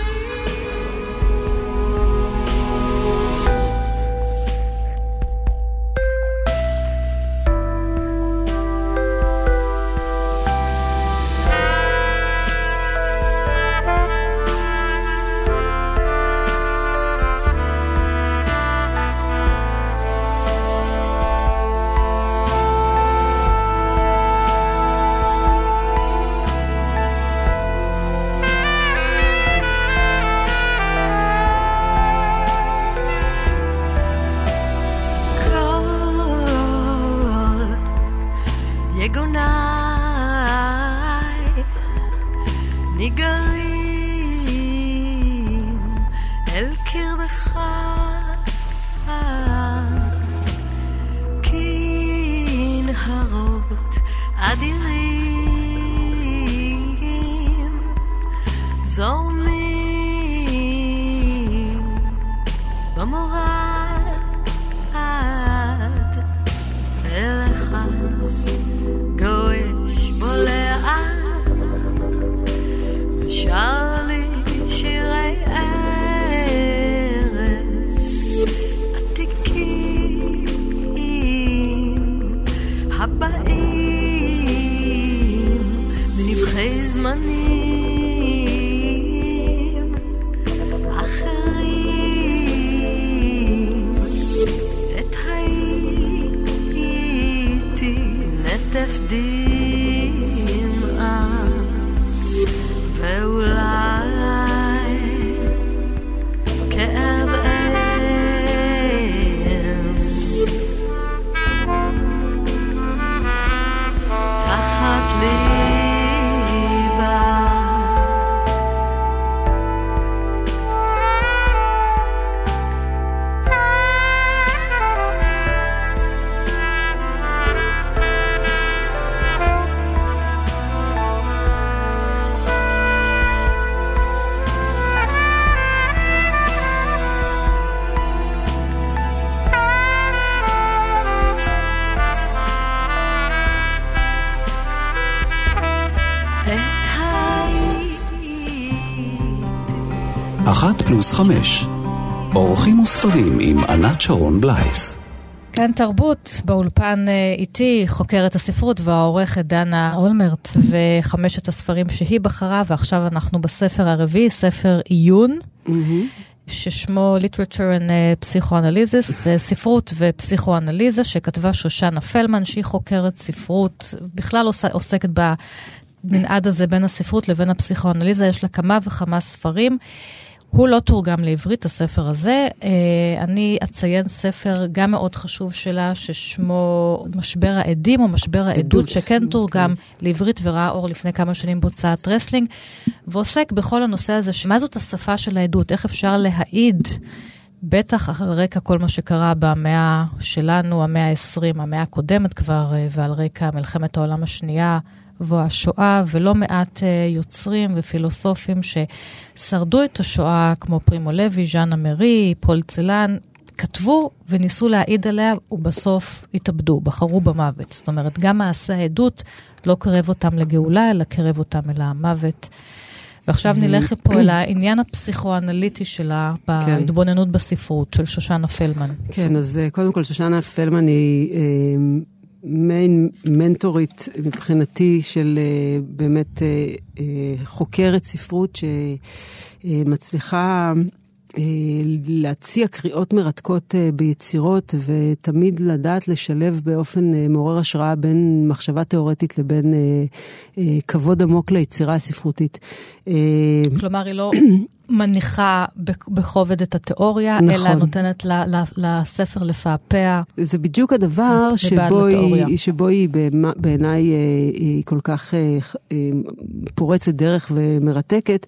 אחת פלוס 5. אורחים וספרים עם ענת שרון בלייס. כאן תרבות, באולפן איתי חוקרת הספרות והעורכת דנה אולמרט, וחמשת הספרים שהיא בחרה, ועכשיו אנחנו בספר הרביעי, ספר עיון, ששמו Literature and Psychoanalysis, ספרות ופסיכואנליזה, שכתבה שושנה פלמן, שהיא חוקרת ספרות, בכלל עוסקת במנעד הזה בין הספרות לבין הפסיכואנליזה, יש לה כמה וכמה ספרים, הוא לא תורגם לעברית, הספר הזה. אני אציין ספר גם מאוד חשוב שלה, ששמו משבר העדים או משבר העדות, שכן תורגם לעברית וראה אור לפני כמה שנים בהוצאת רסלינג, ועוסק בכל הנושא הזה, מה זאת השפה של העדות, איך אפשר להעיד, בטח על רקע כל מה שקרה במאה שלנו, המאה ה-20, המאה הקודמת כבר, ועל רקע מלחמת העולם השנייה, והשואה, ולא מעט יוצרים ופילוסופים ששרדו את השואה, כמו פרימו לוי, ז'אנה מרי, פול צלן, כתבו וניסו להעיד עליה, ובסוף התאבדו, בחרו במוות. זאת אומרת, גם מעשה העדות לא קרב אותם לגאולה, אלא קרב אותם אל המוות. ועכשיו נלך פה אל העניין הפסיכואנליטי שלה, בהתבוננות בספרות של שושנה פלמן. כן, אז קודם כל, שושנה פלמן היא מנטורית מבחינתי של באמת חוקרת ספרות שמצליחה להציע קריאות מרתקות ביצירות, ותמיד לדעת לשלב באופן מעורר השראה בין מחשבה תיאורטית לבין כבוד עמוק ליצירה הספרותית. כלומר, היא לא מניחה שבכובד את התיאוריה, נכון. אלא נותנת לספר לפעפע. זה בדיוק הדבר שבו היא בעיניי היא כל כך פורצת דרך ומרתקת,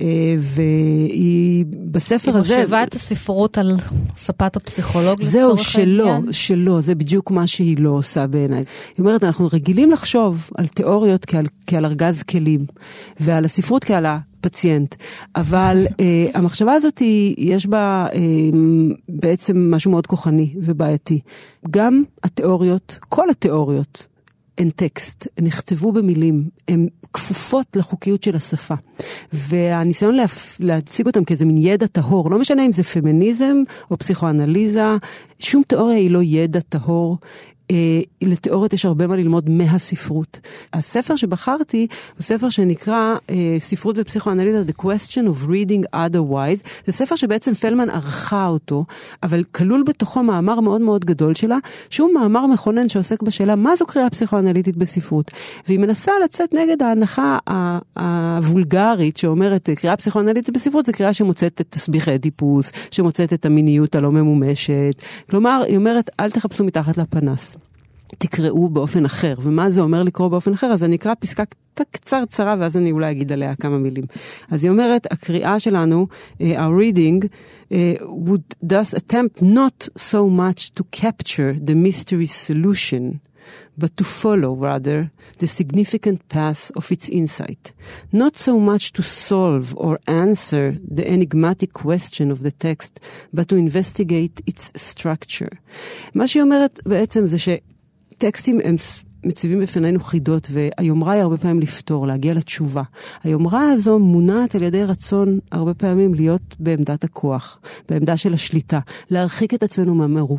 והיא בספר הזה... היא חושבה את הספרות על ספת הפסיכולוג זהו, לצורך העניין? שלא, זה בדיוק מה שהיא לא עושה בעיניי. היא אומרת, אנחנו רגילים לחשוב על תיאוריות כעל ארגז כלים, ועל הספרות כעל פציינט, אבל המחשבה הזאת יש בה בעצם משהו מאוד כוחני ובעייתי. גם התיאוריות, כל התיאוריות, הן טקסט, הן נכתבו במילים, הן כפופות לחוקיות של השפה. והניסיון להציג אותם כאיזה מין ידע טהור, לא משנה אם זה פמיניזם או פסיכואנליזה, שום תיאוריה היא לא ידע טהור, לתיאוריות יש הרבה מה ללמוד מהספרות. הספר שבחרתי הוא ספר שנקרא ספרות ופסיכואנליזה, The Question of Reading Otherwise. זה ספר שבעצם פלמן ערכה אותו, אבל כלול בתוכו מאמר מאוד מאוד גדול שלה, שהוא מאמר מכונן שעוסק בשאלה מה זו קריאה פסיכואנליטית בספרות. והיא מנסה לצאת נגד ההנחה הוולגרית שאומרת קריאה פסיכואנליטית בספרות זה קריאה שמוצאת את תסביך אדיפוס, שמוצאת את המיניות הלא ממומשת. כלומר, היא אומרת אל תחפשו מתחת לפנס. תקראו באופן אחר. ומה זה אומר לקרוא באופן אחר? אז אני אקרא פסקה קצרה, ואז אני אולי אגיד עליה כמה מילים. אז היא אומרת, הקריאה שלנו, our reading, would thus attempt not so much to capture the mystery solution, but to follow, rather, the significant path of its insight. Not so much to solve or answer the enigmatic question of the text, but to investigate its structure. מה שהיא אומרת בעצם זה שטקסטים הם מציבים בפנינו חידות, והיומרה היא הרבה פעמים לפתור, להגיע לתשובה. היומרה הזו מונעת על ידי רצון הרבה פעמים להיות בעמדת הכוח, בעמדה של השליטה, להרחיק את עצמנו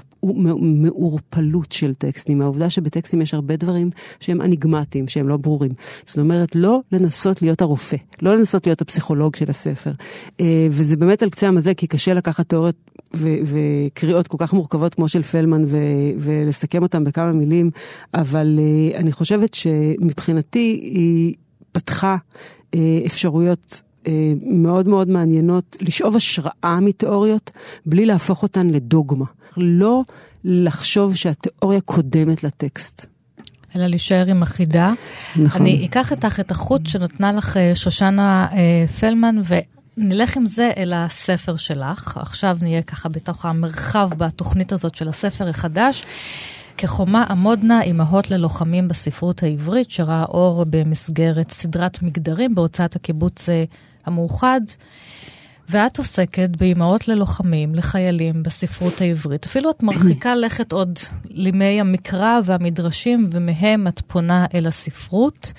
מהמעורפלות של טקסטים, מהעובדה שבטקסטים יש הרבה דברים שהם אניגמטיים, שהם לא ברורים. זאת אומרת, לא לנסות להיות הרופא, לא לנסות להיות הפסיכולוג של הספר. וזה באמת על קצה המזלג, כי קשה לקחת תיאוריות וקריאות כל כך מורכבות כמו של פלמן ולסכם אותם בכמה מילים, אבל אני חושבת שמבחינתי היא פתחה אפשרויות מאוד מאוד מעניינות לשאוב השראה מתיאוריות בלי להפוך אותן לדוגמה. לא לחשוב שהתיאוריה קודמת לטקסט. אלא להישאר עם החידה. נכון. אני אקח איתך את החוט שנתנה לך שושנה פלמן נלך עם זה אל הספר שלך. עכשיו נהיה ככה בתוך המרחב בתוכנית הזאת של הספר החדש. כחומה עמודנה, אימהות ללוחמים בספרות העברית, שראה אור במסגרת סדרת מגדרים בהוצאת הקיבוץ המאוחד. ואת עוסקת באימהות ללוחמים, לחיילים בספרות העברית. אפילו את מרחיקה לכת עוד לימי המקרא והמדרשים, ומהם את פונה אל הספרות.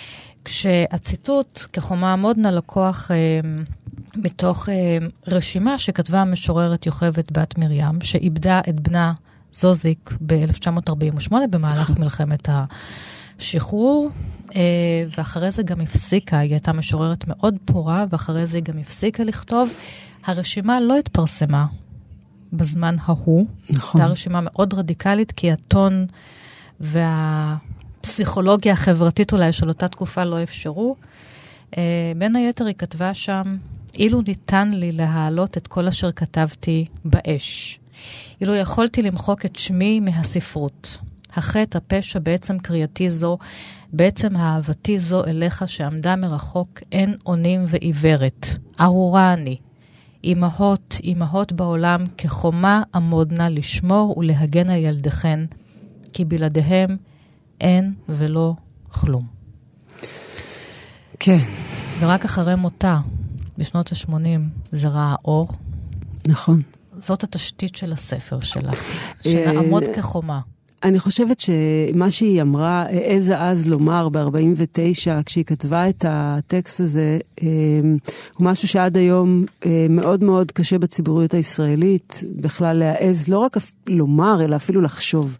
כשהציטוט כחומה עמודנה לקוח מתוך רשימה שכתבה המשוררת יוכבד בת מרים, שאיבדה את בנה זוזיק ב-1948 במהלך מלחמת השחרור, ואחרי זה גם הפסיקה, היא הייתה משוררת מאוד פורה, ואחרי זה היא גם הפסיקה לכתוב. הרשימה לא התפרסמה בזמן ההוא. נכון. הייתה רשימה מאוד רדיקלית, כי הטון והפסיכולוגיה החברתית אולי של אותה תקופה לא אפשרו. בין היתר היא כתבה שם, אילו ניתן לי להעלות את כל אשר כתבתי באש. אילו יכולתי למחוק את שמי מהספרות. החטא, הפשע, בעצם קריאתי זו, בעצם אהבתי זו אליך שעמדה מרחוק, אין עונים ועיוורת. ארורה אני. אמהות בעולם כחומה עמודנה לשמור ולהגן על ילדיכן, כי בלעדיהם אין ולא כלום. כן. ורק אחרי מותה, בשנות ה-80, זרע האור. נכון. זאת התשתית של הספר שלה, שנעמוד כחומה. אני חושבת שמה שהיא אמרה, איזה אז לומר ב-49, כשהיא כתבה את הטקסט הזה, הוא משהו שעד היום מאוד מאוד קשה בציבוריות הישראלית, בכלל להעז, לא רק לומר, אלא אפילו לחשוב.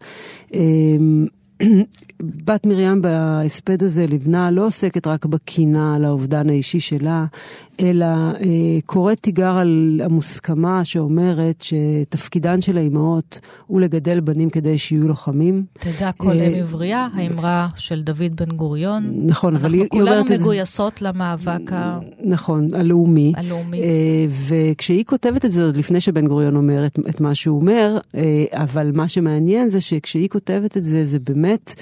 בת מרים בהספד הזה לבנה לא עוסקת רק בקינה על האובדן האישי שלה, אלא קוראת תיגר על המוסכמה שאומרת שתפקידן של האימהות הוא לגדל בנים כדי שיהיו לוחמים. תדע כל אם עברייה, האמרה של דוד בן גוריון. נכון, אבל אנחנו כולנו מגויסות למאבק נכון, הלאומי. הלאומי. וכשהיא כותבת את זה עוד לפני שבן גוריון אומר את מה שהוא אומר, אבל מה שמעניין זה שכשהיא כותבת את זה, זה באמת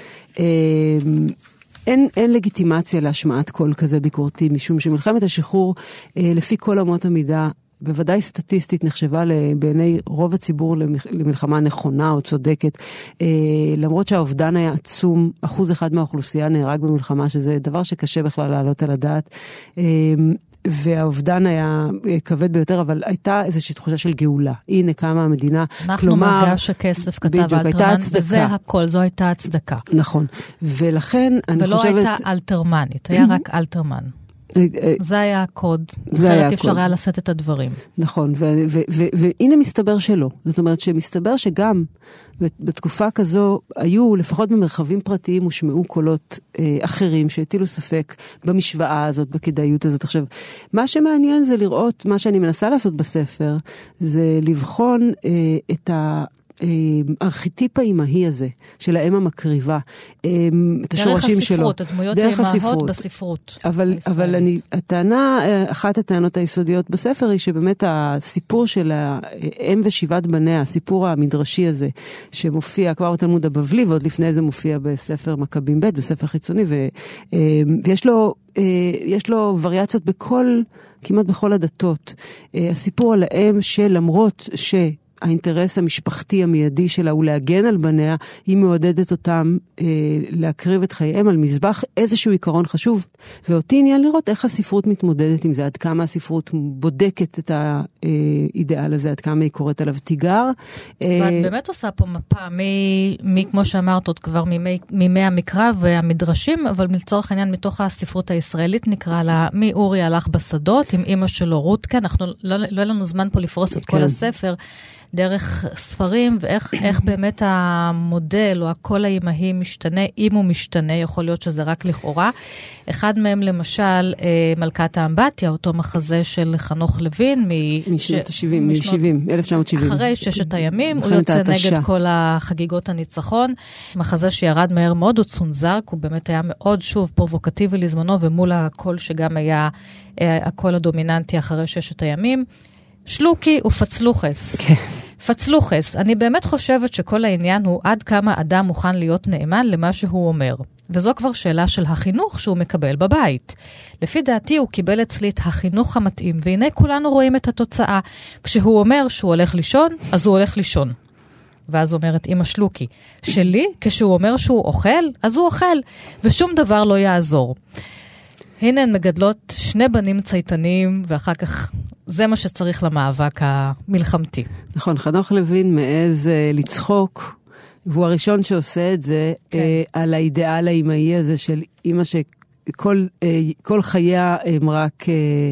אין לגיטימציה להשמעת קול כזה ביקורתי, משום שמלחמת השחרור, לפי כל אמות המידה, בוודאי סטטיסטית נחשבה בעיני רוב הציבור למלחמה נכונה או צודקת, למרות שהאובדן היה עצום, 1% מהאוכלוסייה נהרג במלחמה, שזה דבר שקשה בכלל לעלות על הדעת, והאובדן היה כבד ביותר, אבל הייתה איזושהי תחושה של גאולה. הנה קמה המדינה. אנחנו מרגש הכסף, כתב אלתרמן, וזה הכל, זו הייתה הצדקה. נכון. ולכן אני חושבת... ולא הייתה אלתרמנית, היה רק אלתרמן. זה היה הקוד. אחרת אפשר היה לשאת את הדברים. נכון, והנה מסתבר שלא. זאת אומרת שמסתבר שגם בתקופה כזו היו לפחות במרחבים פרטיים ושמעו קולות אחרים שהטילו ספק במשוואה הזאת, בכדאיות הזאת. עכשיו, מה שמעניין זה לראות, מה שאני מנסה לעשות בספר, זה לבחון את הארכיטיפ האימהי הזה, של האם המקריבה, את השורשים שלו. דרך הספרות, בספרות. אבל הטענה, אחת הטענות היסודיות בספר היא שבאמת הסיפור של האם ושבעת בניה, הסיפור המדרשי הזה, שמופיע כבר בתלמוד הבבלי, ועוד לפני זה מופיע בספר מכבים ב', בספר חיצוני, ויש לו וריאציות כמעט בכל הדתות. הסיפור על האם שלמרות האינטרס המשפחתי המיידי שלה הוא להגן על בניה, היא מעודדת אותם להקריב את חייהם על מזבח איזשהו עיקרון חשוב. ואותי עניין לראות איך הספרות מתמודדת עם זה, עד כמה הספרות בודקת את האידאל הזה, עד כמה היא קוראת עליו תיגר. ואת באמת עושה פה מפה, כמו שאמרת עוד כבר, מימי המקרא והמדרשים, אבל לצורך העניין מתוך הספרות הישראלית נקרא לה, מי אורי הלך בשדות עם אמא שלו רותקה, אנחנו לא היה לנו זמן פה לפרוס את כל הספר, דרך ספרים, ואיך באמת המודל או הקול האימהי משתנה, אם הוא משתנה, יכול להיות שזה רק לכאורה. אחד מהם למשל, מלכת האמבטיה, אותו מחזה של חנוך לוין, משנות ה-70, 1970. אחרי ששת הימים, הוא יוצא נגד כל החגיגות הניצחון. מחזה שירד מהר מאוד, הוא צונזר, הוא באמת היה מאוד שוב פרובוקטיבי לזמנו, ומול הקול שגם היה הקול הדומיננטי אחרי ששת הימים. שלוקי ופצלוחס. כן. פצלוחס, אני באמת חושבת שכל העניין הוא עד כמה אדם מוכן להיות נאמן למה שהוא אומר. וזו כבר שאלה של החינוך שהוא מקבל בבית. לפי דעתי הוא קיבל אצלי את החינוך המתאים, והנה כולנו רואים את התוצאה. כשהוא אומר שהוא הולך לישון, אז הוא הולך לישון. ואז אומרת אמא שלוקי, שלי, כשהוא אומר שהוא אוכל, אז הוא אוכל, ושום דבר לא יעזור. הנה הן מגדלות שני בנים צייתניים, ואחר כך זה מה שצריך למאבק המלחמתי. נכון, חנוך לוין מעז לצחוק, והוא הראשון שעושה את זה, כן. על האידאל האימהי הזה של אמא שכל חייה הם רק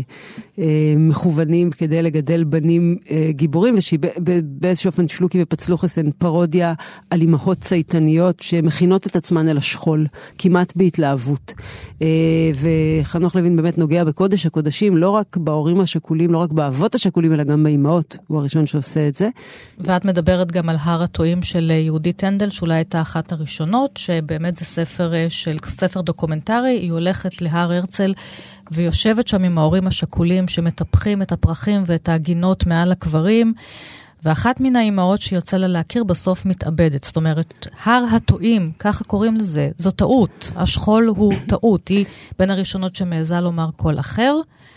מכוונים כדי לגדל בנים גיבורים, ושבאיזשהו אופן שלוקי ופצלוחס הן פרודיה על אמהות צייתניות שמכינות את עצמן אל השכול, כמעט בהתלהבות. וחנוך לוין באמת נוגע בקודש הקודשים, לא רק בהורים השכולים, לא רק באבות השכולים, אלא גם באמהות. הוא הראשון שעושה את זה. ואת מדברת גם על הר הטועים של יהודית הנדל, שאולי הייתה אחת הראשונות, שבאמת זה ספר דוקומנטרי, היא הולכת להר הרצל, ויושבת שם עם ההורים השכולים שמטפחים את הפרחים ואת הגינות מעל הקברים, ואחת מן האימהות שיוצא לה להכיר בסוף מתאבדת. זאת אומרת, הר הטועים, ככה קוראים לזה, זו טעות. השכול הוא טעות. היא בין הראשונות שמעזה לומר כל אחר,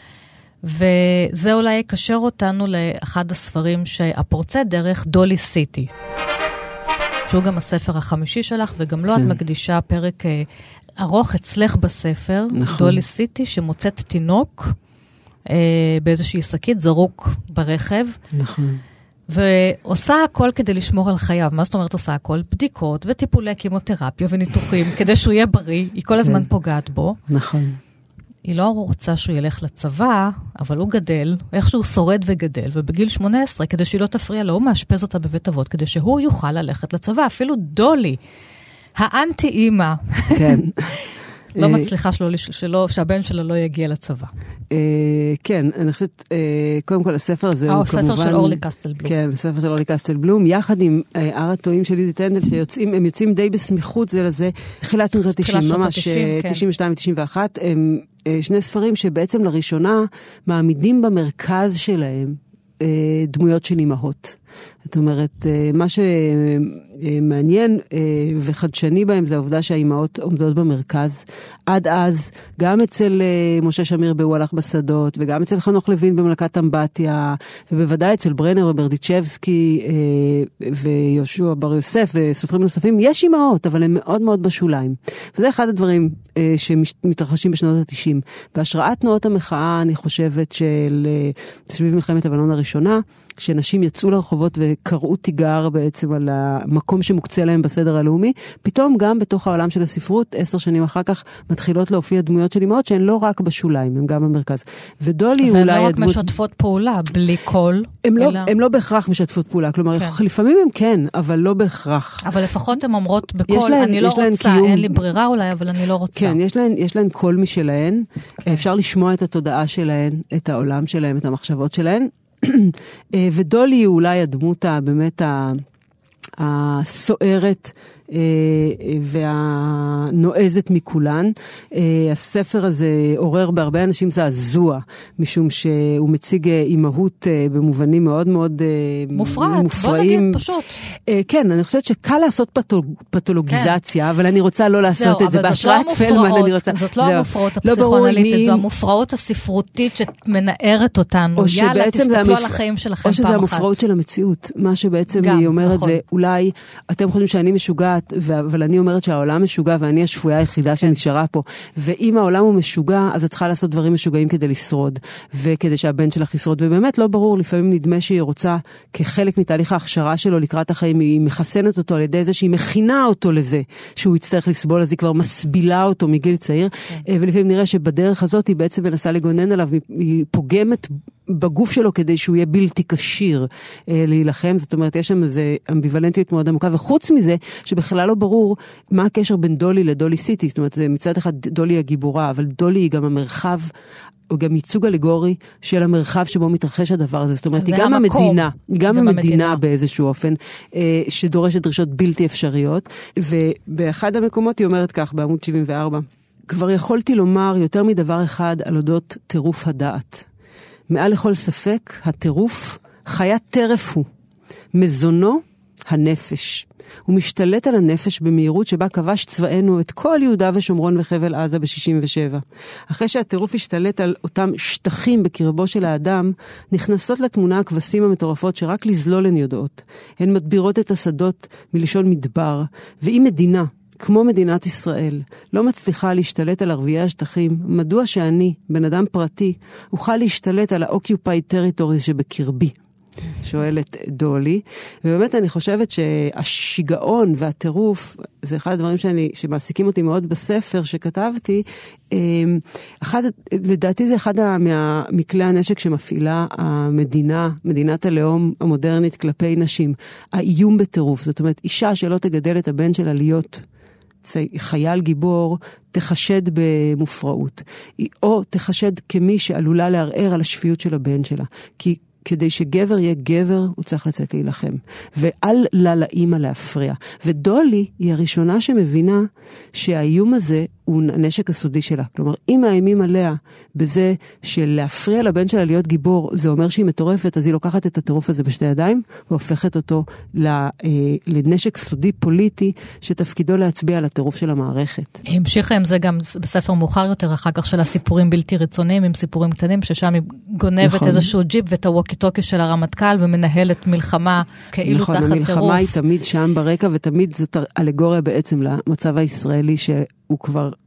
וזה אולי יקשר אותנו לאחד הספרים שהפורצי דרך, דולי סיטי. שהוא גם הספר החמישי שלך, וגם לא את מקדישה פרק ארוך אצלך בספר, נכון. דולי סיטי, שמוצאת תינוק באיזושהי שקית, זרוק ברכב. נכון. ועושה הכל כדי לשמור על חייו. מה זאת אומרת עושה הכל? בדיקות וטיפולי קימותרפיה וניתוחים, כדי שהוא יהיה בריא, היא כל הזמן פוגעת בו. נכון. היא לא רוצה שהוא ילך לצבא, אבל הוא גדל, איכשהו שורד וגדל, ובגיל 18, כדי שהיא לא תפריע לו, הוא מאשפז אותה בבית אבות, כדי שהוא יוכל ללכת לצבא. אפילו דולי, האנטי-אימא, כן. לא מצליחה שהבן שלה לא יגיע לצבא. כן, אני חושבת, קודם כל הספר הזה הוא כמובן... הספר של אורלי קסטלבלום. כן, הספר של אורלי קסטלבלום, יחד עם הר הטועים של יהודית הנדל, הם יוצאים די בסמיכות זה לזה, תחילת שנות ה-90, ממש 92 ו-91, הם שני ספרים שבעצם לראשונה מעמידים במרכז שלהם דמויות של אימהות. זאת אומרת, מה שמעניין וחדשני בהם זה העובדה שהאימהות עומדות במרכז. עד אז, גם אצל משה שמיר ב"הוא הלך בשדות, וגם אצל חנוך לוין במלכת אמבטיה, ובוודאי אצל ברנר וברדיצ'בסקי ויהושע בר יוסף וסופרים נוספים, יש אימהות, אבל הן מאוד מאוד בשוליים. וזה אחד הדברים שמתרחשים בשנות ה-90. בהשראת תנועות המחאה, אני חושבת סביב מלחמת לבנון הראשונה, שנשים יצאו לרחובות וקראו תיגר בעצם על המקום שמוקצה להם בסדר הלאומי, פתאום גם בתוך העולם של הספרות, 10 שנים אחר כך מתחילות להופיע דמויות של אימהות שהן לא רק בשוליים, הן גם במרכז. ודולי אולי... ולא רק משתפות פעולה, בלי קול. הן לא בהכרח משתפות פעולה, כלומר, לפעמים הן כן, אבל לא בהכרח. אבל לפחות הן אומרות בקול, אני לא רוצה, אין לי ברירה אולי, אבל אני לא רוצה. כן, יש להן קול משלהן, אפשר לשמוע את התודעה שלהן, את העולם שלהן, את המחשבות שלהן, ודולי היא אולי הדמות באמת הסוערת והנועזת מכולן. הספר הזה עורר בהרבה אנשים זעזוע, משום שהוא מציג אימהות במובנים מאוד מאוד מופרעים. בוא נגיד פשוט. כן, אני חושבת שקל לעשות פתולוגיזציה, אבל אני רוצה לא לעשות את זה. בהשראת פלמן אני רוצה... זאת לא המופרעות הפסיכואנליטית, זו המופרעות הספרותית שמנערת אותנו. יאללה, תסתכלו על החיים שלכם פעם אחת. או שזה המופרעות של המציאות. מה שבעצם היא אומרת זה, אולי אתם חושבים שאני משוגעת, אבל אני אומרת שהעולם משוגע, ואני השפויה היחידה שנשארה פה. ואם העולם הוא משוגע, אז את צריכה לעשות דברים משוגעים כדי לשרוד, וכדי שהבן שלך ישרוד. ובאמת לא ברור, לפעמים נדמה שהיא רוצה, כחלק מתהליך ההכשרה שלו לקראת החיים, היא מחסנת אותו על ידי זה שהיא מכינה אותו לזה, שהוא יצטרך לסבול, אז היא כבר מסבילה אותו מגיל צעיר, ולפעמים נראה שבדרך הזאת היא בעצם מנסה לגונן עליו, היא פוגמת בגוף שלו כדי שהוא יהיה בלתי קשיר להילחם. זאת אומרת, יש שם איזו אמביוולנטיות מאוד עמוקה, וחוץ מזה, שבכלל לא ברור מה הקשר בין דולי לדולי סיטי. זאת אומרת, מצד אחד דולי הגיבורה, אבל דולי היא גם המרחב, או גם ייצוג אלגורי של המרחב שבו מתרחש הדבר הזה. זאת אומרת, היא גם המדינה, היא גם המדינה באיזשהו אופן, שדורשת דרישות בלתי אפשריות. ובאחד המקומות היא אומרת כך, בעמוד 74, כבר יכולתי לומר יותר מדבר אחד על אודות טירוף הדעת. מעל לכל ספק, הטירוף חיית טרף הוא. מזונו, הנפש. הוא משתלט על הנפש במהירות שבה כבש צבאנו את כל יהודה ושומרון וחבל עזה ב-67. אחרי שהטירוף השתלט על אותם שטחים בקרבו של האדם, נכנסות לתמונה הכבשים המטורפות שרק לזלול הן יודעות. הן מדבירות את השדות מלשון מדבר, והיא מדינה. כמו מדינת ישראל, לא מצליחה להשתלט על ערביי השטחים, מדוע שאני, בן אדם פרטי, אוכל להשתלט על ה-occupied territories שבקרבי? שואלת דולי, ובאמת אני חושבת שהשיגעון והטירוף, זה אחד הדברים שמעסיקים אותי מאוד בספר שכתבתי, לדעתי זה אחד מכלי הנשק שמפעילה המדינה, מדינת הלאום המודרנית כלפי נשים, האיום בטירוף. זאת אומרת, אישה שלא תגדל את הבן שלה להיות חייל גיבור, תחשד במופרעות, או תחשד כמי שעלולה לערער על השפיות של הבן שלה, כי כדי שגבר יהיה גבר, הוא צריך לצאת להילחם. ואל לה לאמא להפריע. ודולי היא הראשונה שמבינה שהאיום הזה הוא הנשק הסודי שלה. כלומר, אם האימים עליה בזה של להפריע לבן שלה להיות גיבור, זה אומר שהיא מטורפת, אז היא לוקחת את הטירוף הזה בשתי ידיים, והופכת אותו לנשק סודי פוליטי, שתפקידו להצביע על הטירוף של המערכת. היא המשיכה עם זה גם בספר מאוחר יותר, אחר כך של הסיפורים בלתי רצוניים, עם סיפורים קטנים, ששם היא גונבת איזשהו ג'יפ ואת הווקי-טוקי של הרמטכ"ל, ומנהלת מלחמה כאילו תחת טירוף. נכון, המלחמה היא תמיד שם ברקע, ותמיד זאת אלגוריה בעצם למצב הישראלי שהוא כבר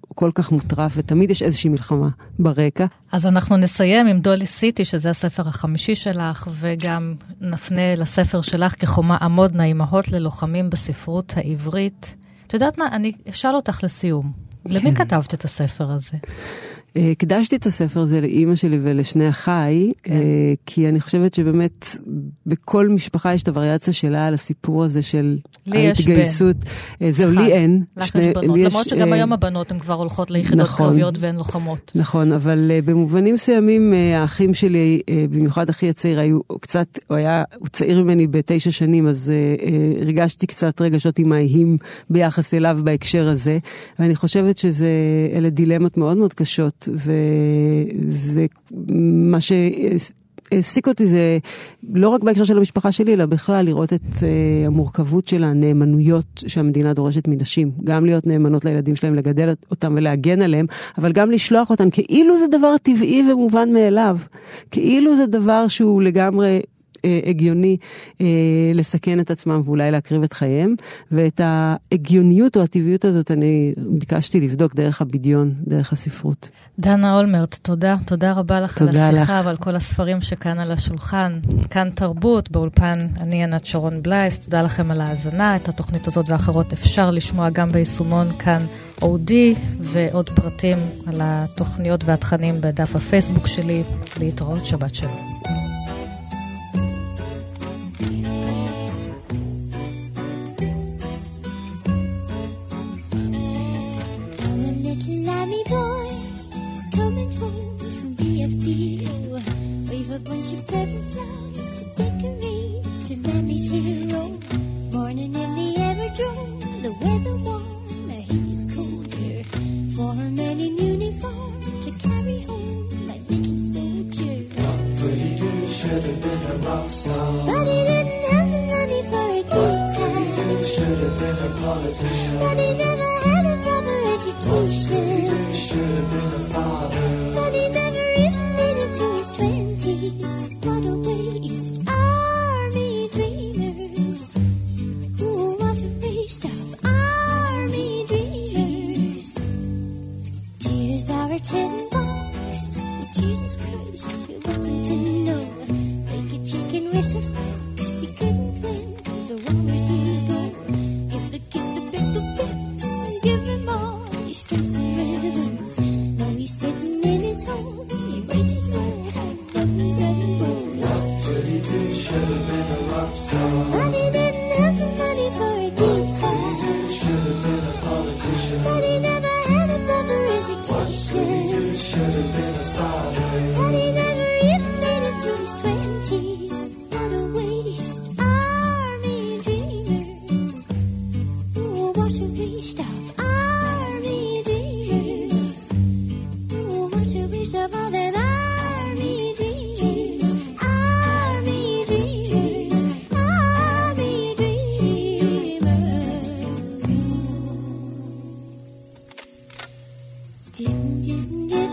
כל כך מוטרף, ותמיד יש איזושהי מלחמה ברקע. אז אנחנו נסיים עם דולי סיטי, שזה הספר החמישי שלך, וגם נפנה לספר שלך כחומה עמוד, אימהות ללוחמים בספרות העברית. את יודעת מה? אני אשאל אותך לסיום. למי כתבת את הספר הזה? הקדשתי את הספר הזה לאמא שלי ולשני אחיי, כי אני חושבת שבאמת בכל משפחה יש את הווריאציה שלה על הסיפור הזה של ההתגייסות. זהו, לי אין. לך יש בנות, למרות שגם היום הבנות הן כבר הולכות ליחידות קרביות והן לוחמות. נכון, אבל במובנים מסוימים האחים שלי, במיוחד אחי הצעיר, הוא צעיר ממני ב9 שנים, אז הרגשתי קצת רגשות אימהיים ביחס אליו בהקשר הזה, ואני חושבת שאלה דילמות מאוד מאוד קשות, וזה מה שהעסיק אותי, זה לא רק בהקשר של המשפחה שלי, אלא בכלל לראות את המורכבות של הנאמנויות שהמדינה דורשת מנשים, גם להיות נאמנות לילדים שלהם, לגדל אותם ולהגן עליהם, אבל גם לשלוח אותם כאילו זה דבר טבעי ומובן מאליו, כאילו זה דבר שהוא לגמרי הגיוני לסכן את עצמם ואולי להקריב את חייהם, ואת ההגיוניות או הטבעיות הזאת אני ביקשתי לבדוק דרך הבדיון, דרך הספרות. דנה אולמרט, תודה רבה לך על השיחה ועל כל הספרים שכאן על השולחן. כאן תרבות, באולפן אני ענת שרון בלייס, תודה לכם על ההאזנה. את התוכנית הזאת ואחרות אפשר לשמוע גם ביישומון כאן אודי, ועוד פרטים על התוכניות והתכנים בדף הפייסבוק שלי. להתראות, שבת שלום. A bunch of purple flowers to decorate to Mammy's hero. Morning in the aerodrome, the weather warm, the heat is colder. For a man in uniform to carry home like little soldier. What could he do? Should have been a rock star. But he didn't have the money for a guitar. What could he do? Should have been a politician. But he never had a proper education. What could he do? Should have been a father. But he never even made it to his 20s. What a waste, army dreamers. Ooh, what a waste of army dreamers. Tears are a tin box. Jesus Christ, who wasn't to know? Like a chicken with a fox, he couldn't win the war to go. Give the kid the bit of tips and give him all these strips and ribbons. Now he's sitting in his home, he writes his work. What could he do? Should have been a rock star. But he didn't have the money for a guitar. What could he do? Should have been a politician. But he never had a proper education. What could he do? Should have been a father. But he never even made it to his 20s. What a waste, army dreamers. Ooh, what a waste of army dreamers. Ooh, what a waste of all that army dreamers. Army dreamers. Army dreamers.